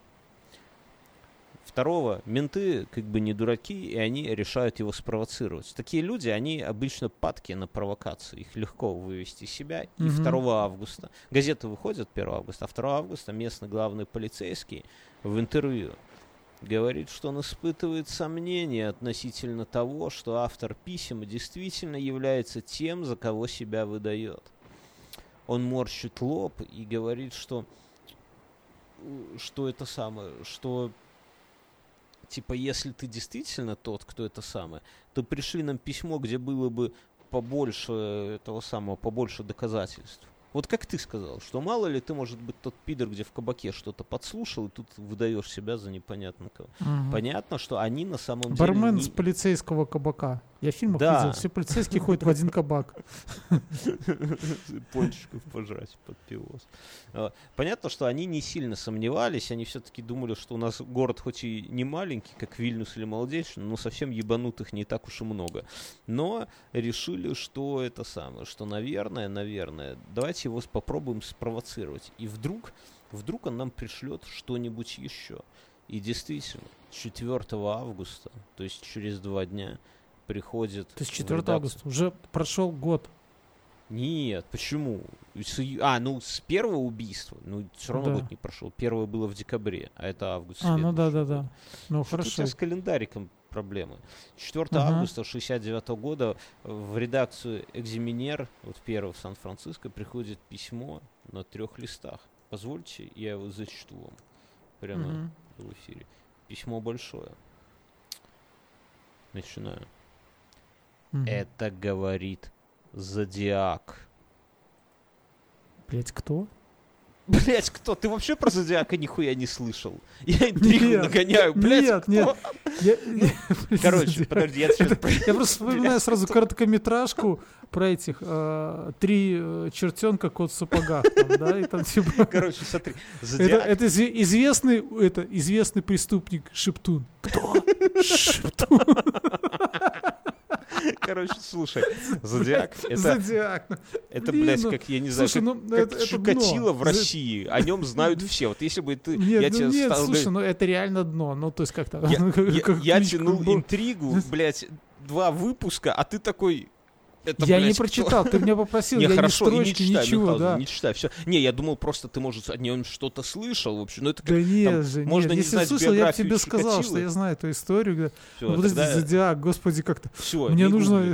S2: Второго, менты как бы не дураки, и они решают его спровоцировать. Такие люди, они обычно падки на провокации, их легко вывести из себя. И 2 августа, газеты выходят 1 августа, а 2 августа местный главный полицейский в интервью говорит, что он испытывает сомнения относительно того, что автор писем действительно является тем, за кого себя выдает. Он морщит лоб и говорит, что это самое, что типа, если ты действительно тот, кто это самое, то пришли нам письмо, где было бы побольше этого самого, побольше доказательств. Вот как ты сказал, что мало ли ты, может быть, тот пидор, где в кабаке что-то подслушал, и тут выдаешь себя за непонятно кого. Понятно, что они на самом деле...
S1: Бармен с полицейского кабака. Я в фильмах видел, все полицейские ходят в один кабак.
S2: Пончиков пожрать под пивос. Понятно, что они не сильно сомневались, они все-таки думали, что у нас город хоть и не маленький, как Вильнюс или Молодечно, но совсем ебанутых не так уж и много. Но решили, что это самое, что, наверное, давайте его попробуем спровоцировать. И вдруг он нам пришлет что-нибудь еще. И действительно, 4 августа, то есть через 2 дня, приходит...
S1: То есть 4 августа, уже прошел год.
S2: Нет, почему? С первого убийства, все равно год не прошел. Первое было в декабре, а это август.
S1: Да. Ну,
S2: что
S1: хорошо.
S2: у тебя с календариком проблемы. 4 августа 1969 года в редакцию «Экзаменер», вот первого в Сан-Франциско, приходит письмо на 3 листах. Позвольте, я его зачту вам прямо в эфире. Письмо большое. Начинаю. Это говорит Зодиак.
S1: Блять, кто?
S2: Блять, кто? Ты вообще про Зодиака нихуя не слышал? Я интригу нагоняю. Блять,
S1: нет.
S2: Короче, подожди,
S1: я просто вспоминаю сразу короткометражку про этих 3 чертенка кот в сапогах. Да, и там типа...
S2: Короче, смотри. Зодиак...
S1: Это известный преступник Шептун. Кто? Шептун.
S2: Короче, слушай, Зодиак, это, блядь, как, я не знаю, как Чикатило в России, о нем знают все. Вот если бы ты...
S1: Нет, слушай, это реально дно, ну, то есть как-то...
S2: Я тянул интригу, блядь, 2 выпуска, а ты такой...
S1: Я не прочитал, ты меня попросил, я ни строчки, ничего, да.
S2: Не читай, все. Не, я думал, просто ты, может, о нем что-то слышал вообще. Ну, это как,
S1: да нет же,
S2: можно не знать
S1: слышал, я тебе
S2: Чикатило.
S1: сказал, что я знаю эту историю. Подожди, Зодиак, господи, как-то. Мне нужно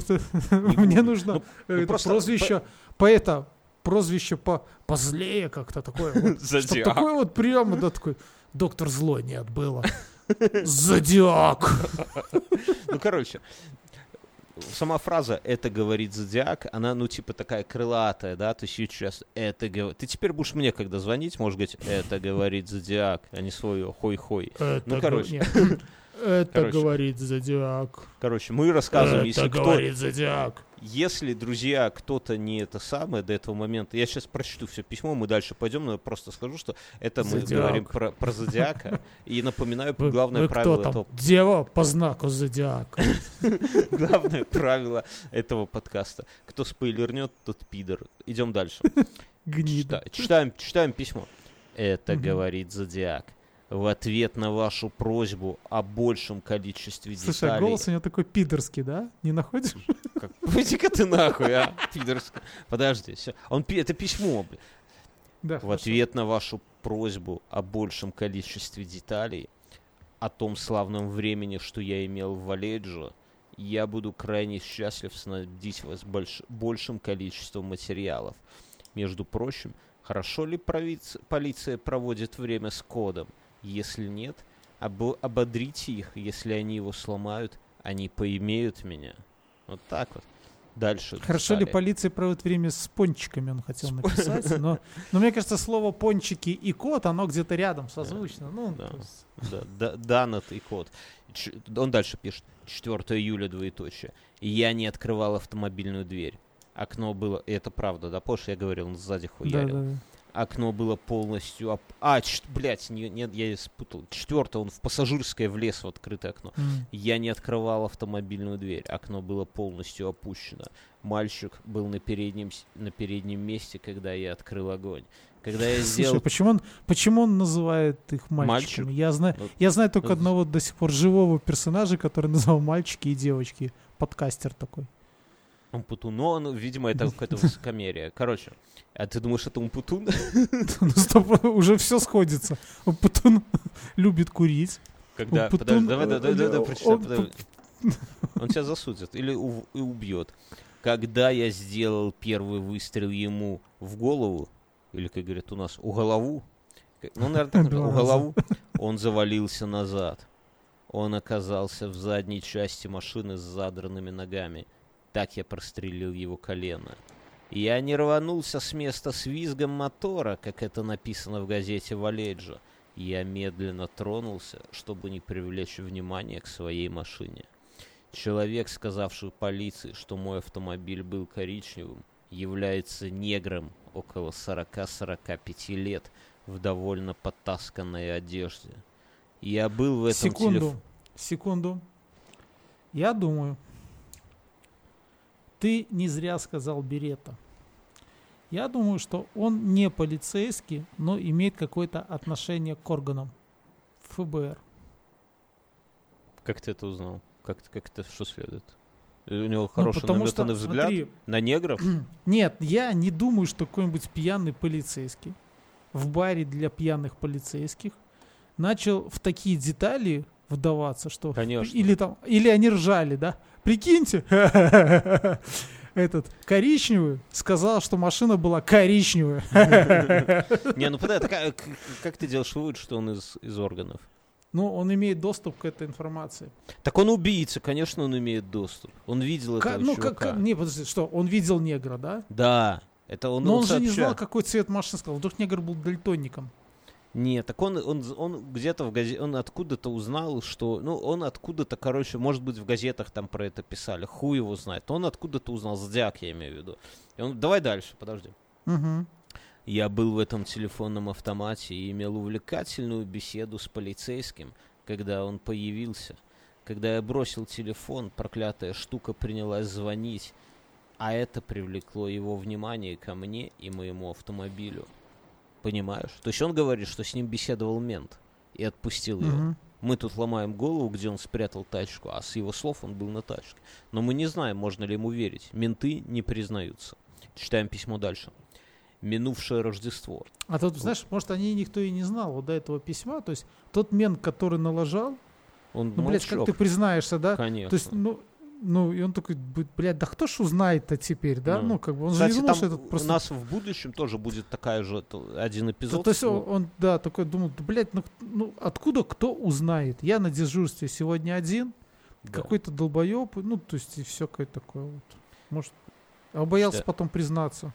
S1: прозвище поэта, прозвище позлее как-то такое. Что такое вот прямо, да, такой, доктор Злой нет было. Зодиак.
S2: Ну, короче, сама фраза «это говорит Зодиак», она, ну, типа, такая крылатая, да, то есть сейчас «это говорит». Ты теперь будешь мне, когда звонить, можешь говорить «это говорит Зодиак», а не свое «хой-хой». Ну, короче.
S1: Это говорит Зодиак.
S2: Короче, мы рассказываем,
S1: это говорит Зодиак.
S2: Если, друзья, кто-то не это самое до этого момента, я сейчас прочту все письмо, мы дальше пойдем, но я просто скажу, что это мы говорим про Зодиака, и напоминаю главное правило этого...
S1: Дева по знаку Зодиака.
S2: Главное правило этого подкаста. Кто спойлернет, тот пидор. Идем дальше.
S1: Гнида.
S2: Читаем письмо. Это говорит Зодиак. В ответ на вашу просьбу о большем количестве деталей...
S1: Слушай, голос у него такой пидорский, да? Не находишь?
S2: Пойди-ка ты нахуй, а, пидорский. Подожди, все. Это письмо, блядь.
S1: Да,
S2: в ответ на вашу просьбу о большем количестве деталей, о том славном времени, что я имел в Валеджо, я буду крайне счастлив снабдить вас большим количеством материалов. Между прочим, хорошо ли полиция проводит время с кодом? Если нет, ободрите их, если они его сломают, они поимеют меня. Вот так вот. Дальше.
S1: Хорошо ли полиция проводит время с пончиками, он хотел написать, но мне кажется, слово пончики и кот, оно где-то рядом, созвучно.
S2: Данет и кот. Он дальше пишет. 4 июля, двоеточие. Я не открывал автомобильную дверь. Окно было... Это правда, да? Помнишь, я говорил, он сзади хуярил. Да. Окно было полностью... Блядь, нет, я спутал. 4 он в пассажирское влез в открытое окно. Я не открывал автомобильную дверь. Окно было полностью опущено. Мальчик был на переднем месте, когда я открыл огонь. Когда я сделал...
S1: Слушай, почему он называет их мальчиками? Я знаю только одного до сих пор живого персонажа, который называл мальчики и девочки. Подкастер такой.
S2: Умпутун. Ну, видимо, это какое-то высокомерие. Короче, а ты думаешь, это Умпутун?
S1: Стоп, уже все сходится. Умпутун любит курить.
S2: Когда... Подожди, давай прочитай. Он тебя засудит или убьет. Когда я сделал первый выстрел ему в голову, или, как говорят у нас, у голову, ну, наверное, у голову, он завалился назад. Он оказался в задней части машины с задранными ногами. Так я прострелил его колено. Я не рванулся с места с визгом мотора, как это написано в газете «Валеджо». Я медленно тронулся, чтобы не привлечь внимание к своей машине. Человек, сказавший полиции, что мой автомобиль был коричневым, является негром около 40-45 лет в довольно потасканной одежде. Я был в этом
S1: Секунду. Я думаю, ты не зря сказал Беретта. Я думаю, что он не полицейский, но имеет какое-то отношение к органам ФБР.
S2: Как ты это узнал? Как это что следует? У него хороший наметанный взгляд на негров?
S1: Нет, я не думаю, что какой-нибудь пьяный полицейский в баре для пьяных полицейских начал в такие детали вдаваться, что...
S2: Конечно.
S1: Или они ржали, да? Прикиньте, этот коричневый сказал, что машина была коричневая.
S2: Не, ну подожди, как ты делаешь вывод, что он из органов?
S1: Ну, он имеет доступ к этой информации.
S2: Так он убийца, конечно, он имеет доступ. Он видел этого чувака.
S1: Не, подожди, что, он видел негра, да?
S2: Да. Это он.
S1: Но он же не знал, какой цвет машины сказал. Вдруг негр был дальтоником.
S2: Нет, так он где-то в газете, он откуда-то узнал, что, ну, он откуда-то, короче, может быть, в газетах там про это писали, хуй его знает, но он откуда-то узнал, Зодиак, я имею в виду. И он, давай дальше, подожди.
S1: Угу.
S2: Я был в этом телефонном автомате и имел увлекательную беседу с полицейским, когда он появился. Когда я бросил телефон, проклятая штука принялась звонить, а это привлекло его внимание ко мне и моему автомобилю. Понимаешь? То есть он говорит, что с ним беседовал мент и отпустил его. Мы тут ломаем голову, где он спрятал тачку, а с его слов он был на тачке. Но мы не знаем, можно ли ему верить. Менты не признаются. Читаем письмо дальше. Минувшее Рождество.
S1: А тут, знаешь, может, никто и не знал вот до этого письма. То есть тот мент, который налажал,
S2: он
S1: блядь, как ты признаешься, да?
S2: Конечно.
S1: То есть, ну, и он такой, блядь, да кто ж узнает-то теперь, да? Ну, как бы, он
S2: кстати,
S1: же не думал, что это просто...
S2: у нас в будущем тоже будет такая же один эпизод.
S1: То есть он, да, такой думал, да, блядь, ну, откуда кто узнает? Я на дежурстве сегодня один, какой-то долбоеб, ну, то есть и все какое-то такое вот. Может, боялся потом признаться.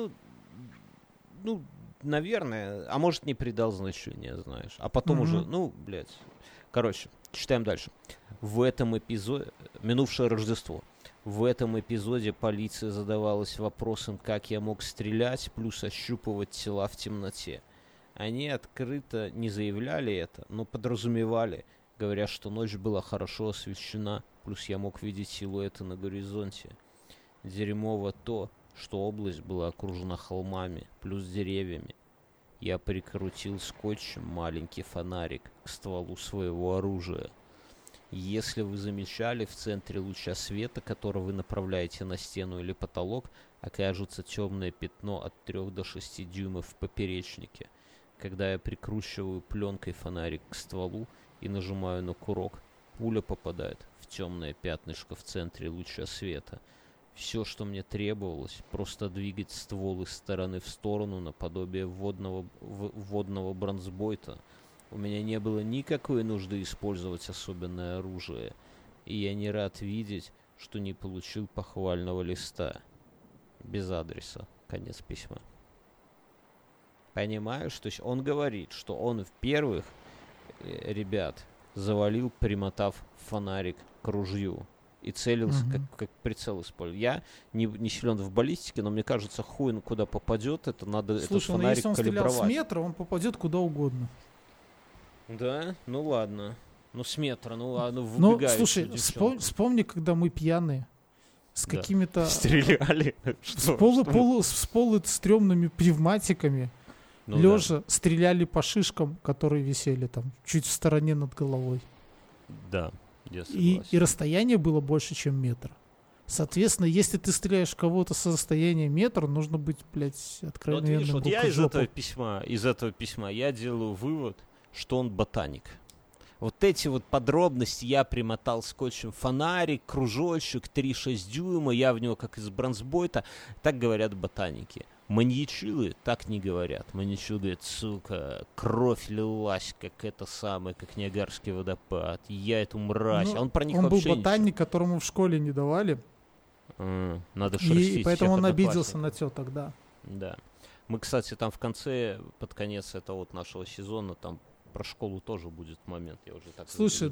S2: Ну, наверное, а может, не придал значения, знаешь. А потом уже, блядь. Короче, читаем дальше. В этом эпизоде, минувшее Рождество, в этом эпизоде полиция задавалась вопросом, как я мог стрелять, плюс ощупывать тела в темноте. Они открыто не заявляли это, но подразумевали, говоря, что ночь была хорошо освещена, плюс я мог видеть силуэты на горизонте. Дерьмово то, что область была окружена холмами, плюс деревьями. Я прикрутил скотчем маленький фонарик к стволу своего оружия. Если вы замечали, в центре луча света, который вы направляете на стену или потолок, окажется темное пятно от 3 до 6 дюймов в поперечнике. Когда я прикручиваю пленкой фонарик к стволу и нажимаю на курок, пуля попадает в темное пятнышко в центре луча света. Все, что мне требовалось, просто двигать ствол из стороны в сторону наподобие водного бронзбойта. У меня не было никакой нужды использовать особенное оружие, и я не рад видеть, что не получил похвального листа. Без адреса. Конец письма. Понимаешь? То есть он говорит, что он в первых ребят завалил, примотав фонарик к ружью. И целился, как прицел использовал. Я не силен в баллистике, но мне кажется, хуй куда попадет, это надо.
S1: Слушай,
S2: этот фонарик
S1: если он
S2: калибровать.
S1: стрелял с метра, он попадет куда угодно.
S2: Да? Ну ладно. Ну с метра, ну ладно, выбегает.
S1: Ну, слушай, вспомни, когда мы пьяные, с какими-то...
S2: Стреляли.
S1: С полустрёмными пневматиками, лежа стреляли по шишкам, которые висели там, чуть в стороне над головой.
S2: Да. И
S1: расстояние было больше, чем метр. Соответственно, если ты стреляешь в кого-то со расстояния метра, нужно быть, блядь, откровенным.
S2: Вот я из этого письма я делаю вывод, что он ботаник. Вот эти вот подробности я примотал скотчем: фонарик, кружочек, 3-6 дюйма, я в него как из бронзбойта. Так говорят ботаники. Маньячилы так не говорят. Маньячилы говорят: сука, кровь лилась, как это самое, как Ниагарский водопад. Я эту мразь.
S1: Ну,
S2: он про них
S1: он
S2: вообще
S1: был ботаник, которому в школе не давали.
S2: Надо шерстить.
S1: И поэтому он обиделся на теток, да.
S2: Да. Мы, кстати, там в конце, под конец этого вот нашего сезона, там про школу тоже будет момент. Я уже так.
S1: Слушай,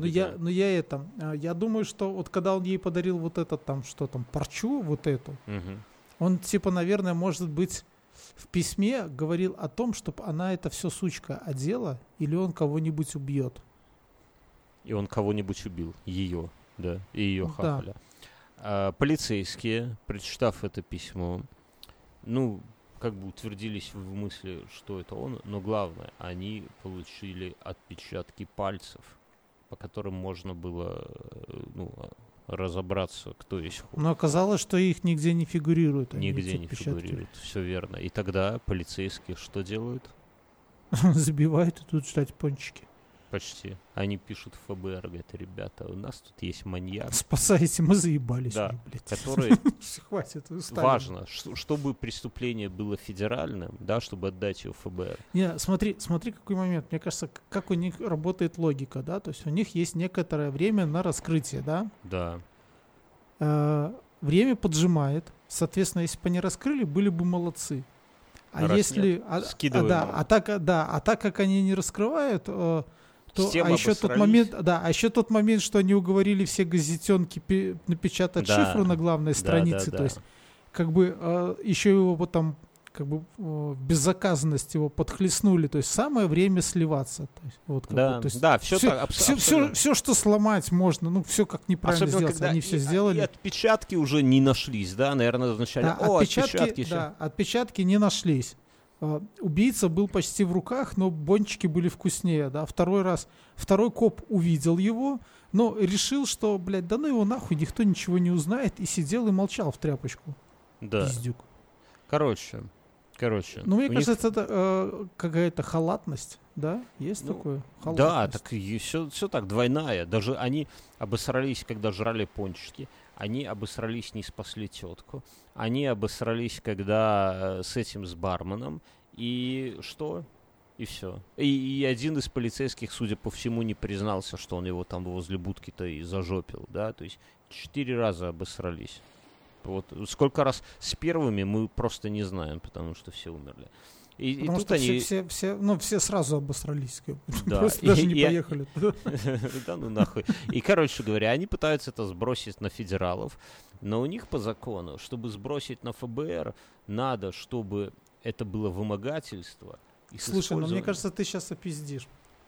S1: я думаю, что вот когда он ей подарил вот этот там, что там, парчу вот эту, он, типа, наверное, может быть, в письме говорил о том, чтобы она это все, сучка, одела, или он кого-нибудь убьет.
S2: И он кого-нибудь убил. Ее, да, и ее хахаля. Полицейские, прочитав это письмо, как бы утвердились в мысли, что это он, но главное, они получили отпечатки пальцев, по которым можно было, разобраться, кто есть хуй.
S1: Но оказалось, что их нигде не фигурирует.
S2: Нигде не фигурирует, все верно. И тогда полицейские что делают?
S1: Забивают и тут ждать пончики.
S2: Почти. Они пишут в ФБР, говорят: ребята, у нас тут есть маньяк.
S1: Спасайте, мы заебались.
S2: Да,
S1: блядь.
S2: который...
S1: Хватит,
S2: важно, чтобы преступление было федеральным, да, чтобы отдать его в ФБР.
S1: Не, смотри, какой момент. Мне кажется, как у них работает логика, да? То есть у них есть некоторое время на раскрытие, да?
S2: Да.
S1: Время поджимает. Соответственно, если бы они раскрыли, были бы молодцы. А раз если... так как они не раскрывают... еще тот момент, что они уговорили все газетенки напечатать шифру на главной странице, то есть как бы еще его потом как бы безнаказанность его подхлестнули, то есть самое время сливаться. Все, что сломать можно, все как неправильно сделать, они все сделали.
S2: И отпечатки уже не нашлись, да, наверное, вначале.
S1: Отпечатки не нашлись. Убийца был почти в руках, но пончики были вкуснее, да. Второй коп увидел его, но решил, что, блядь, да ну его нахуй, никто ничего не узнает, и сидел и молчал в тряпочку.
S2: Да.
S1: Пиздюк.
S2: Короче.
S1: Ну, мне кажется, это какая-то халатность, да? Есть такое? Халатность.
S2: Да, так и все так, двойная. Даже они обосрались, когда жрали пончики. Они обосрались, не спасли тетку. Они обосрались, когда с барменом. И что? И все. И один из полицейских, судя по всему, не признался, что он его там возле будки-то и зажопил, да? То есть 4 раза обосрались. Вот сколько раз с первыми мы просто не знаем, потому что все умерли.
S1: Потому что все сразу обосрались. Да. Просто даже не поехали.
S2: Да ну нахуй. И, короче говоря, они пытаются это сбросить на федералов, но у них по закону, чтобы сбросить на ФБР, надо, чтобы это было вымогательство.
S1: Слушай, мне кажется, ты сейчас опиздишь.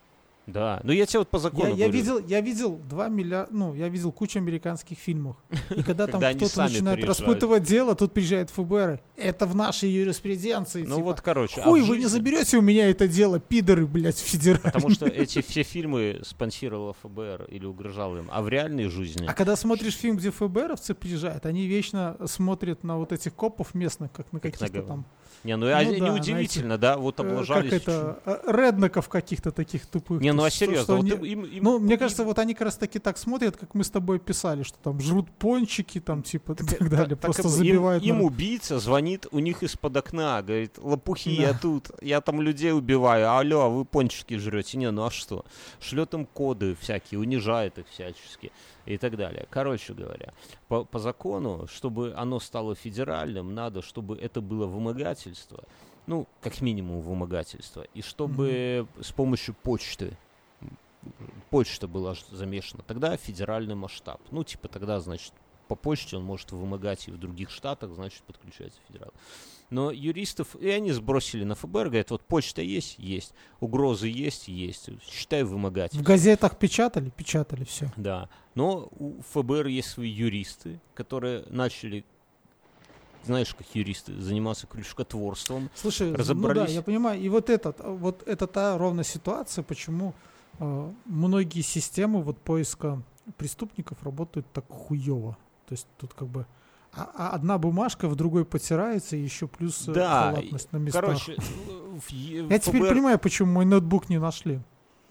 S2: Да, ну я тебе вот по закону
S1: я видел 2 миллиарда, я видел кучу американских фильмов. И когда там кто-то начинает распутывать дело, тут приезжает ФБР. Это в нашей юриспруденции.
S2: Ну вот, короче.
S1: Хуй, вы не заберете у меня это дело, пидоры, блядь, федеральные.
S2: Потому что эти все фильмы спонсировала ФБР или угрожала им. А в реальной жизни...
S1: А когда смотришь фильм, где ФБРовцы приезжают, они вечно смотрят на вот этих копов местных, как на каких-то там...
S2: Неудивительно, да, вот облажались.
S1: Как это, реднеков каких-то таких тупых.
S2: Не, ну а серьезно,
S1: мне кажется, вот они как раз таки так смотрят, как мы с тобой писали, что там жрут пончики, там типа и так далее, просто забивают.
S2: Им убийца звонит у них из-под окна, говорит, лопухи, я тут, я там людей убиваю, алло, а вы пончики жрете. Не, ну а что? Шлет им коды всякие, унижает их всячески. И так далее. Короче говоря, по закону, чтобы оно стало федеральным, надо, чтобы это было вымогательство, ну, как минимум вымогательство, и чтобы с помощью почта была замешана. Тогда федеральный масштаб. Ну, типа тогда, значит, по почте он может вымогать и в других штатах, значит, подключается федерал. Но юристов, и они сбросили на ФБР, говорят, вот почта есть, угрозы есть, считай вымогатель.
S1: В газетах печатали все.
S2: Да, но у ФБР есть свои юристы, которые начали, знаешь, как юристы, заниматься крючкотворством.
S1: Слушай, разобрались. Ну да, я понимаю, и вот это та ровно ситуация, почему многие системы вот поиска преступников работают так хуёво. То есть тут как бы одна бумажка в другой потирается, и еще плюс халатность на местах.
S2: Короче,
S1: я теперь понимаю, почему мой ноутбук не нашли.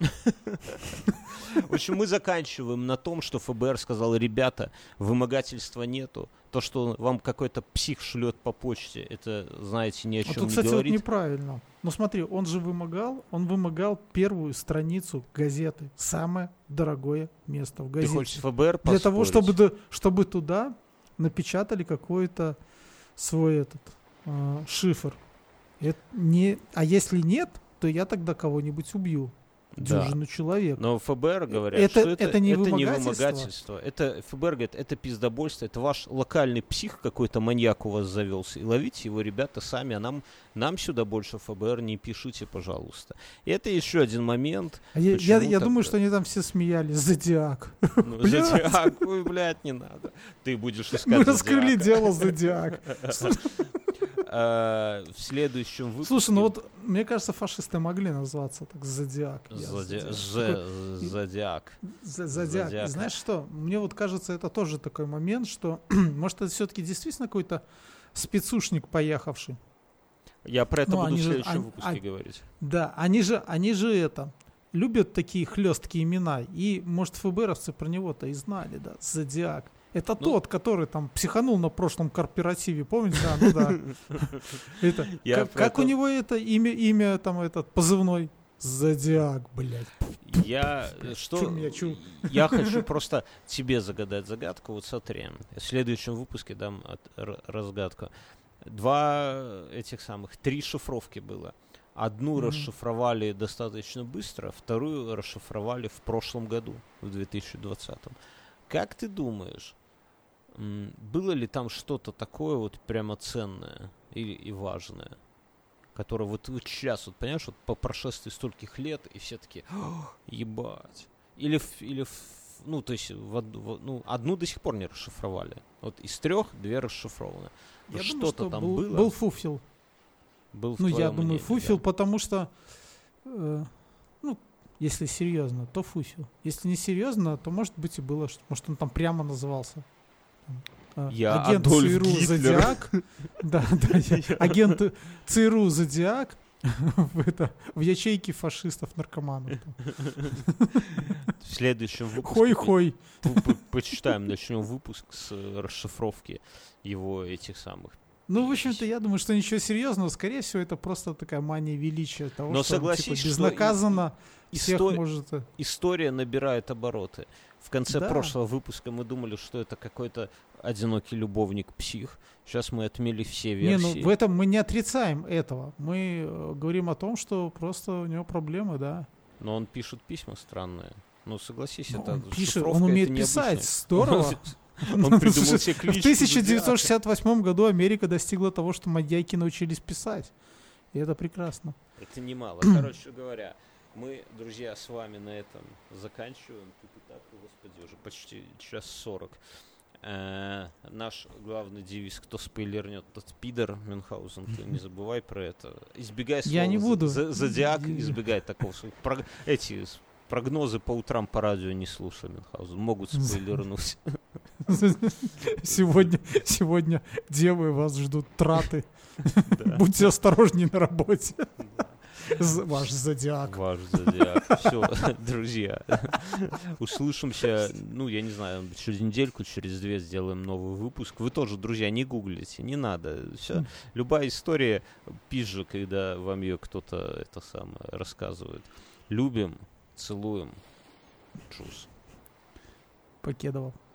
S2: В общем, мы заканчиваем на том, что ФБР сказал, ребята, вымогательства нету. То, что вам какой-то псих шлет по почте, это, знаете, ни о чем не
S1: кстати,
S2: говорит.
S1: Вот неправильно. Ну смотри, он вымогал первую страницу газеты. Самое дорогое место в газете.
S2: Ты хочешь ФБР поспорить?
S1: Для того, чтобы туда напечатали какой-то свой шифр. А если нет, то я тогда кого-нибудь убью. Дюжину человек.
S2: Но ФБР говорят, что это
S1: не
S2: вымогательство. Это ФБР говорит, это пиздобольство, это ваш локальный псих какой-то, маньяк у вас завелся. И ловите его, ребята, сами. А нам сюда больше ФБР не пишите, пожалуйста. И это еще один момент.
S1: Я думаю, что они там все смеялись. Зодиак.
S2: Зодиак, ой, блядь, не надо. Ты будешь искать
S1: Мы раскрыли дело Зодиак.
S2: В следующем выпуске...
S1: Слушай, ну вот, мне кажется, фашисты могли назваться так Зодиак.
S2: Зодиак.
S1: И знаешь что? Мне вот кажется, это тоже такой момент, что, может, это все-таки действительно какой-то спецушник поехавший.
S2: Я про это буду в следующем выпуске говорить.
S1: Да, они же любят такие хлесткие имена. И, может, ФБРовцы про него-то и знали, да, Зодиак. Это тот, который там психанул на прошлом корпоративе, помните? Да, ну да. Как у него это имя там этот позывной? Зодиак, блядь.
S2: Я хочу просто тебе загадать загадку. Вот смотри, в следующем выпуске дам разгадку. 3 шифровки было. Одну расшифровали достаточно быстро, вторую расшифровали в прошлом году, в 2020. Как ты думаешь, было ли там что-то такое вот прямо ценное и важное, которое вот сейчас, вот понимаешь, вот по прошествии стольких лет, и все таки ебать. Или ну, то есть, одну до сих пор не расшифровали. Вот из 3 2 расшифрованы.
S1: Я
S2: что-то
S1: думаю, что
S2: там было.
S1: Был фуфел. Я думаю, фуфел, потому что, если серьезно, то фуфел. Если не серьезно, то, может быть, и было, может, он там прямо назывался. Агент ЦРУ Зодиак. Да, агент ЦРУ Зодиак в ячейке фашистов-наркоманов.
S2: В следующем выпуске
S1: Хой-хой.
S2: Почитаем, начнем выпуск с расшифровки его этих самых.
S1: Ну, в общем-то, я думаю, что ничего серьезного. Скорее всего, это просто такая мания величия того,
S2: но
S1: что
S2: согласись,
S1: он, безнаказанно всех может...
S2: История набирает обороты. В конце прошлого выпуска мы думали, что это какой-то одинокий любовник-псих. Сейчас мы отмели все версии.
S1: В этом мы не отрицаем этого. Мы говорим о том, что просто у него проблемы, да.
S2: Но он пишет письма странные. Ну, согласись, это
S1: он умеет писать, здорово.
S2: Он придумал себе кличку.
S1: В 1968 году Америка достигла того, что маньяки научились писать. И это прекрасно.
S2: Это немало. Короче говоря, Мы, друзья, с вами на этом заканчиваем. Тут и так, господи, уже почти час 40. Наш главный девиз: кто спойлернет, тот пидор. Мюнхгаузен, ты не забывай про это. Избегай слова.
S1: Я не буду.
S2: Зодиак, избегай такого слова. Эти прогнозы по утрам по радио не слушай, Мюнхгаузен. Могут спойлернуть.
S1: Сегодня, девы, вас ждут траты. Будьте осторожнее на работе. Ваш зодиак.
S2: Ваш зодиак. Все, друзья. Услышимся, я не знаю, через недельку, через 2 сделаем новый выпуск. Вы тоже, друзья, не гуглите, не надо. Все. Любая история пизже, когда вам ее кто-то это самое рассказывает. Любим, целуем. Чус.
S1: Покедова.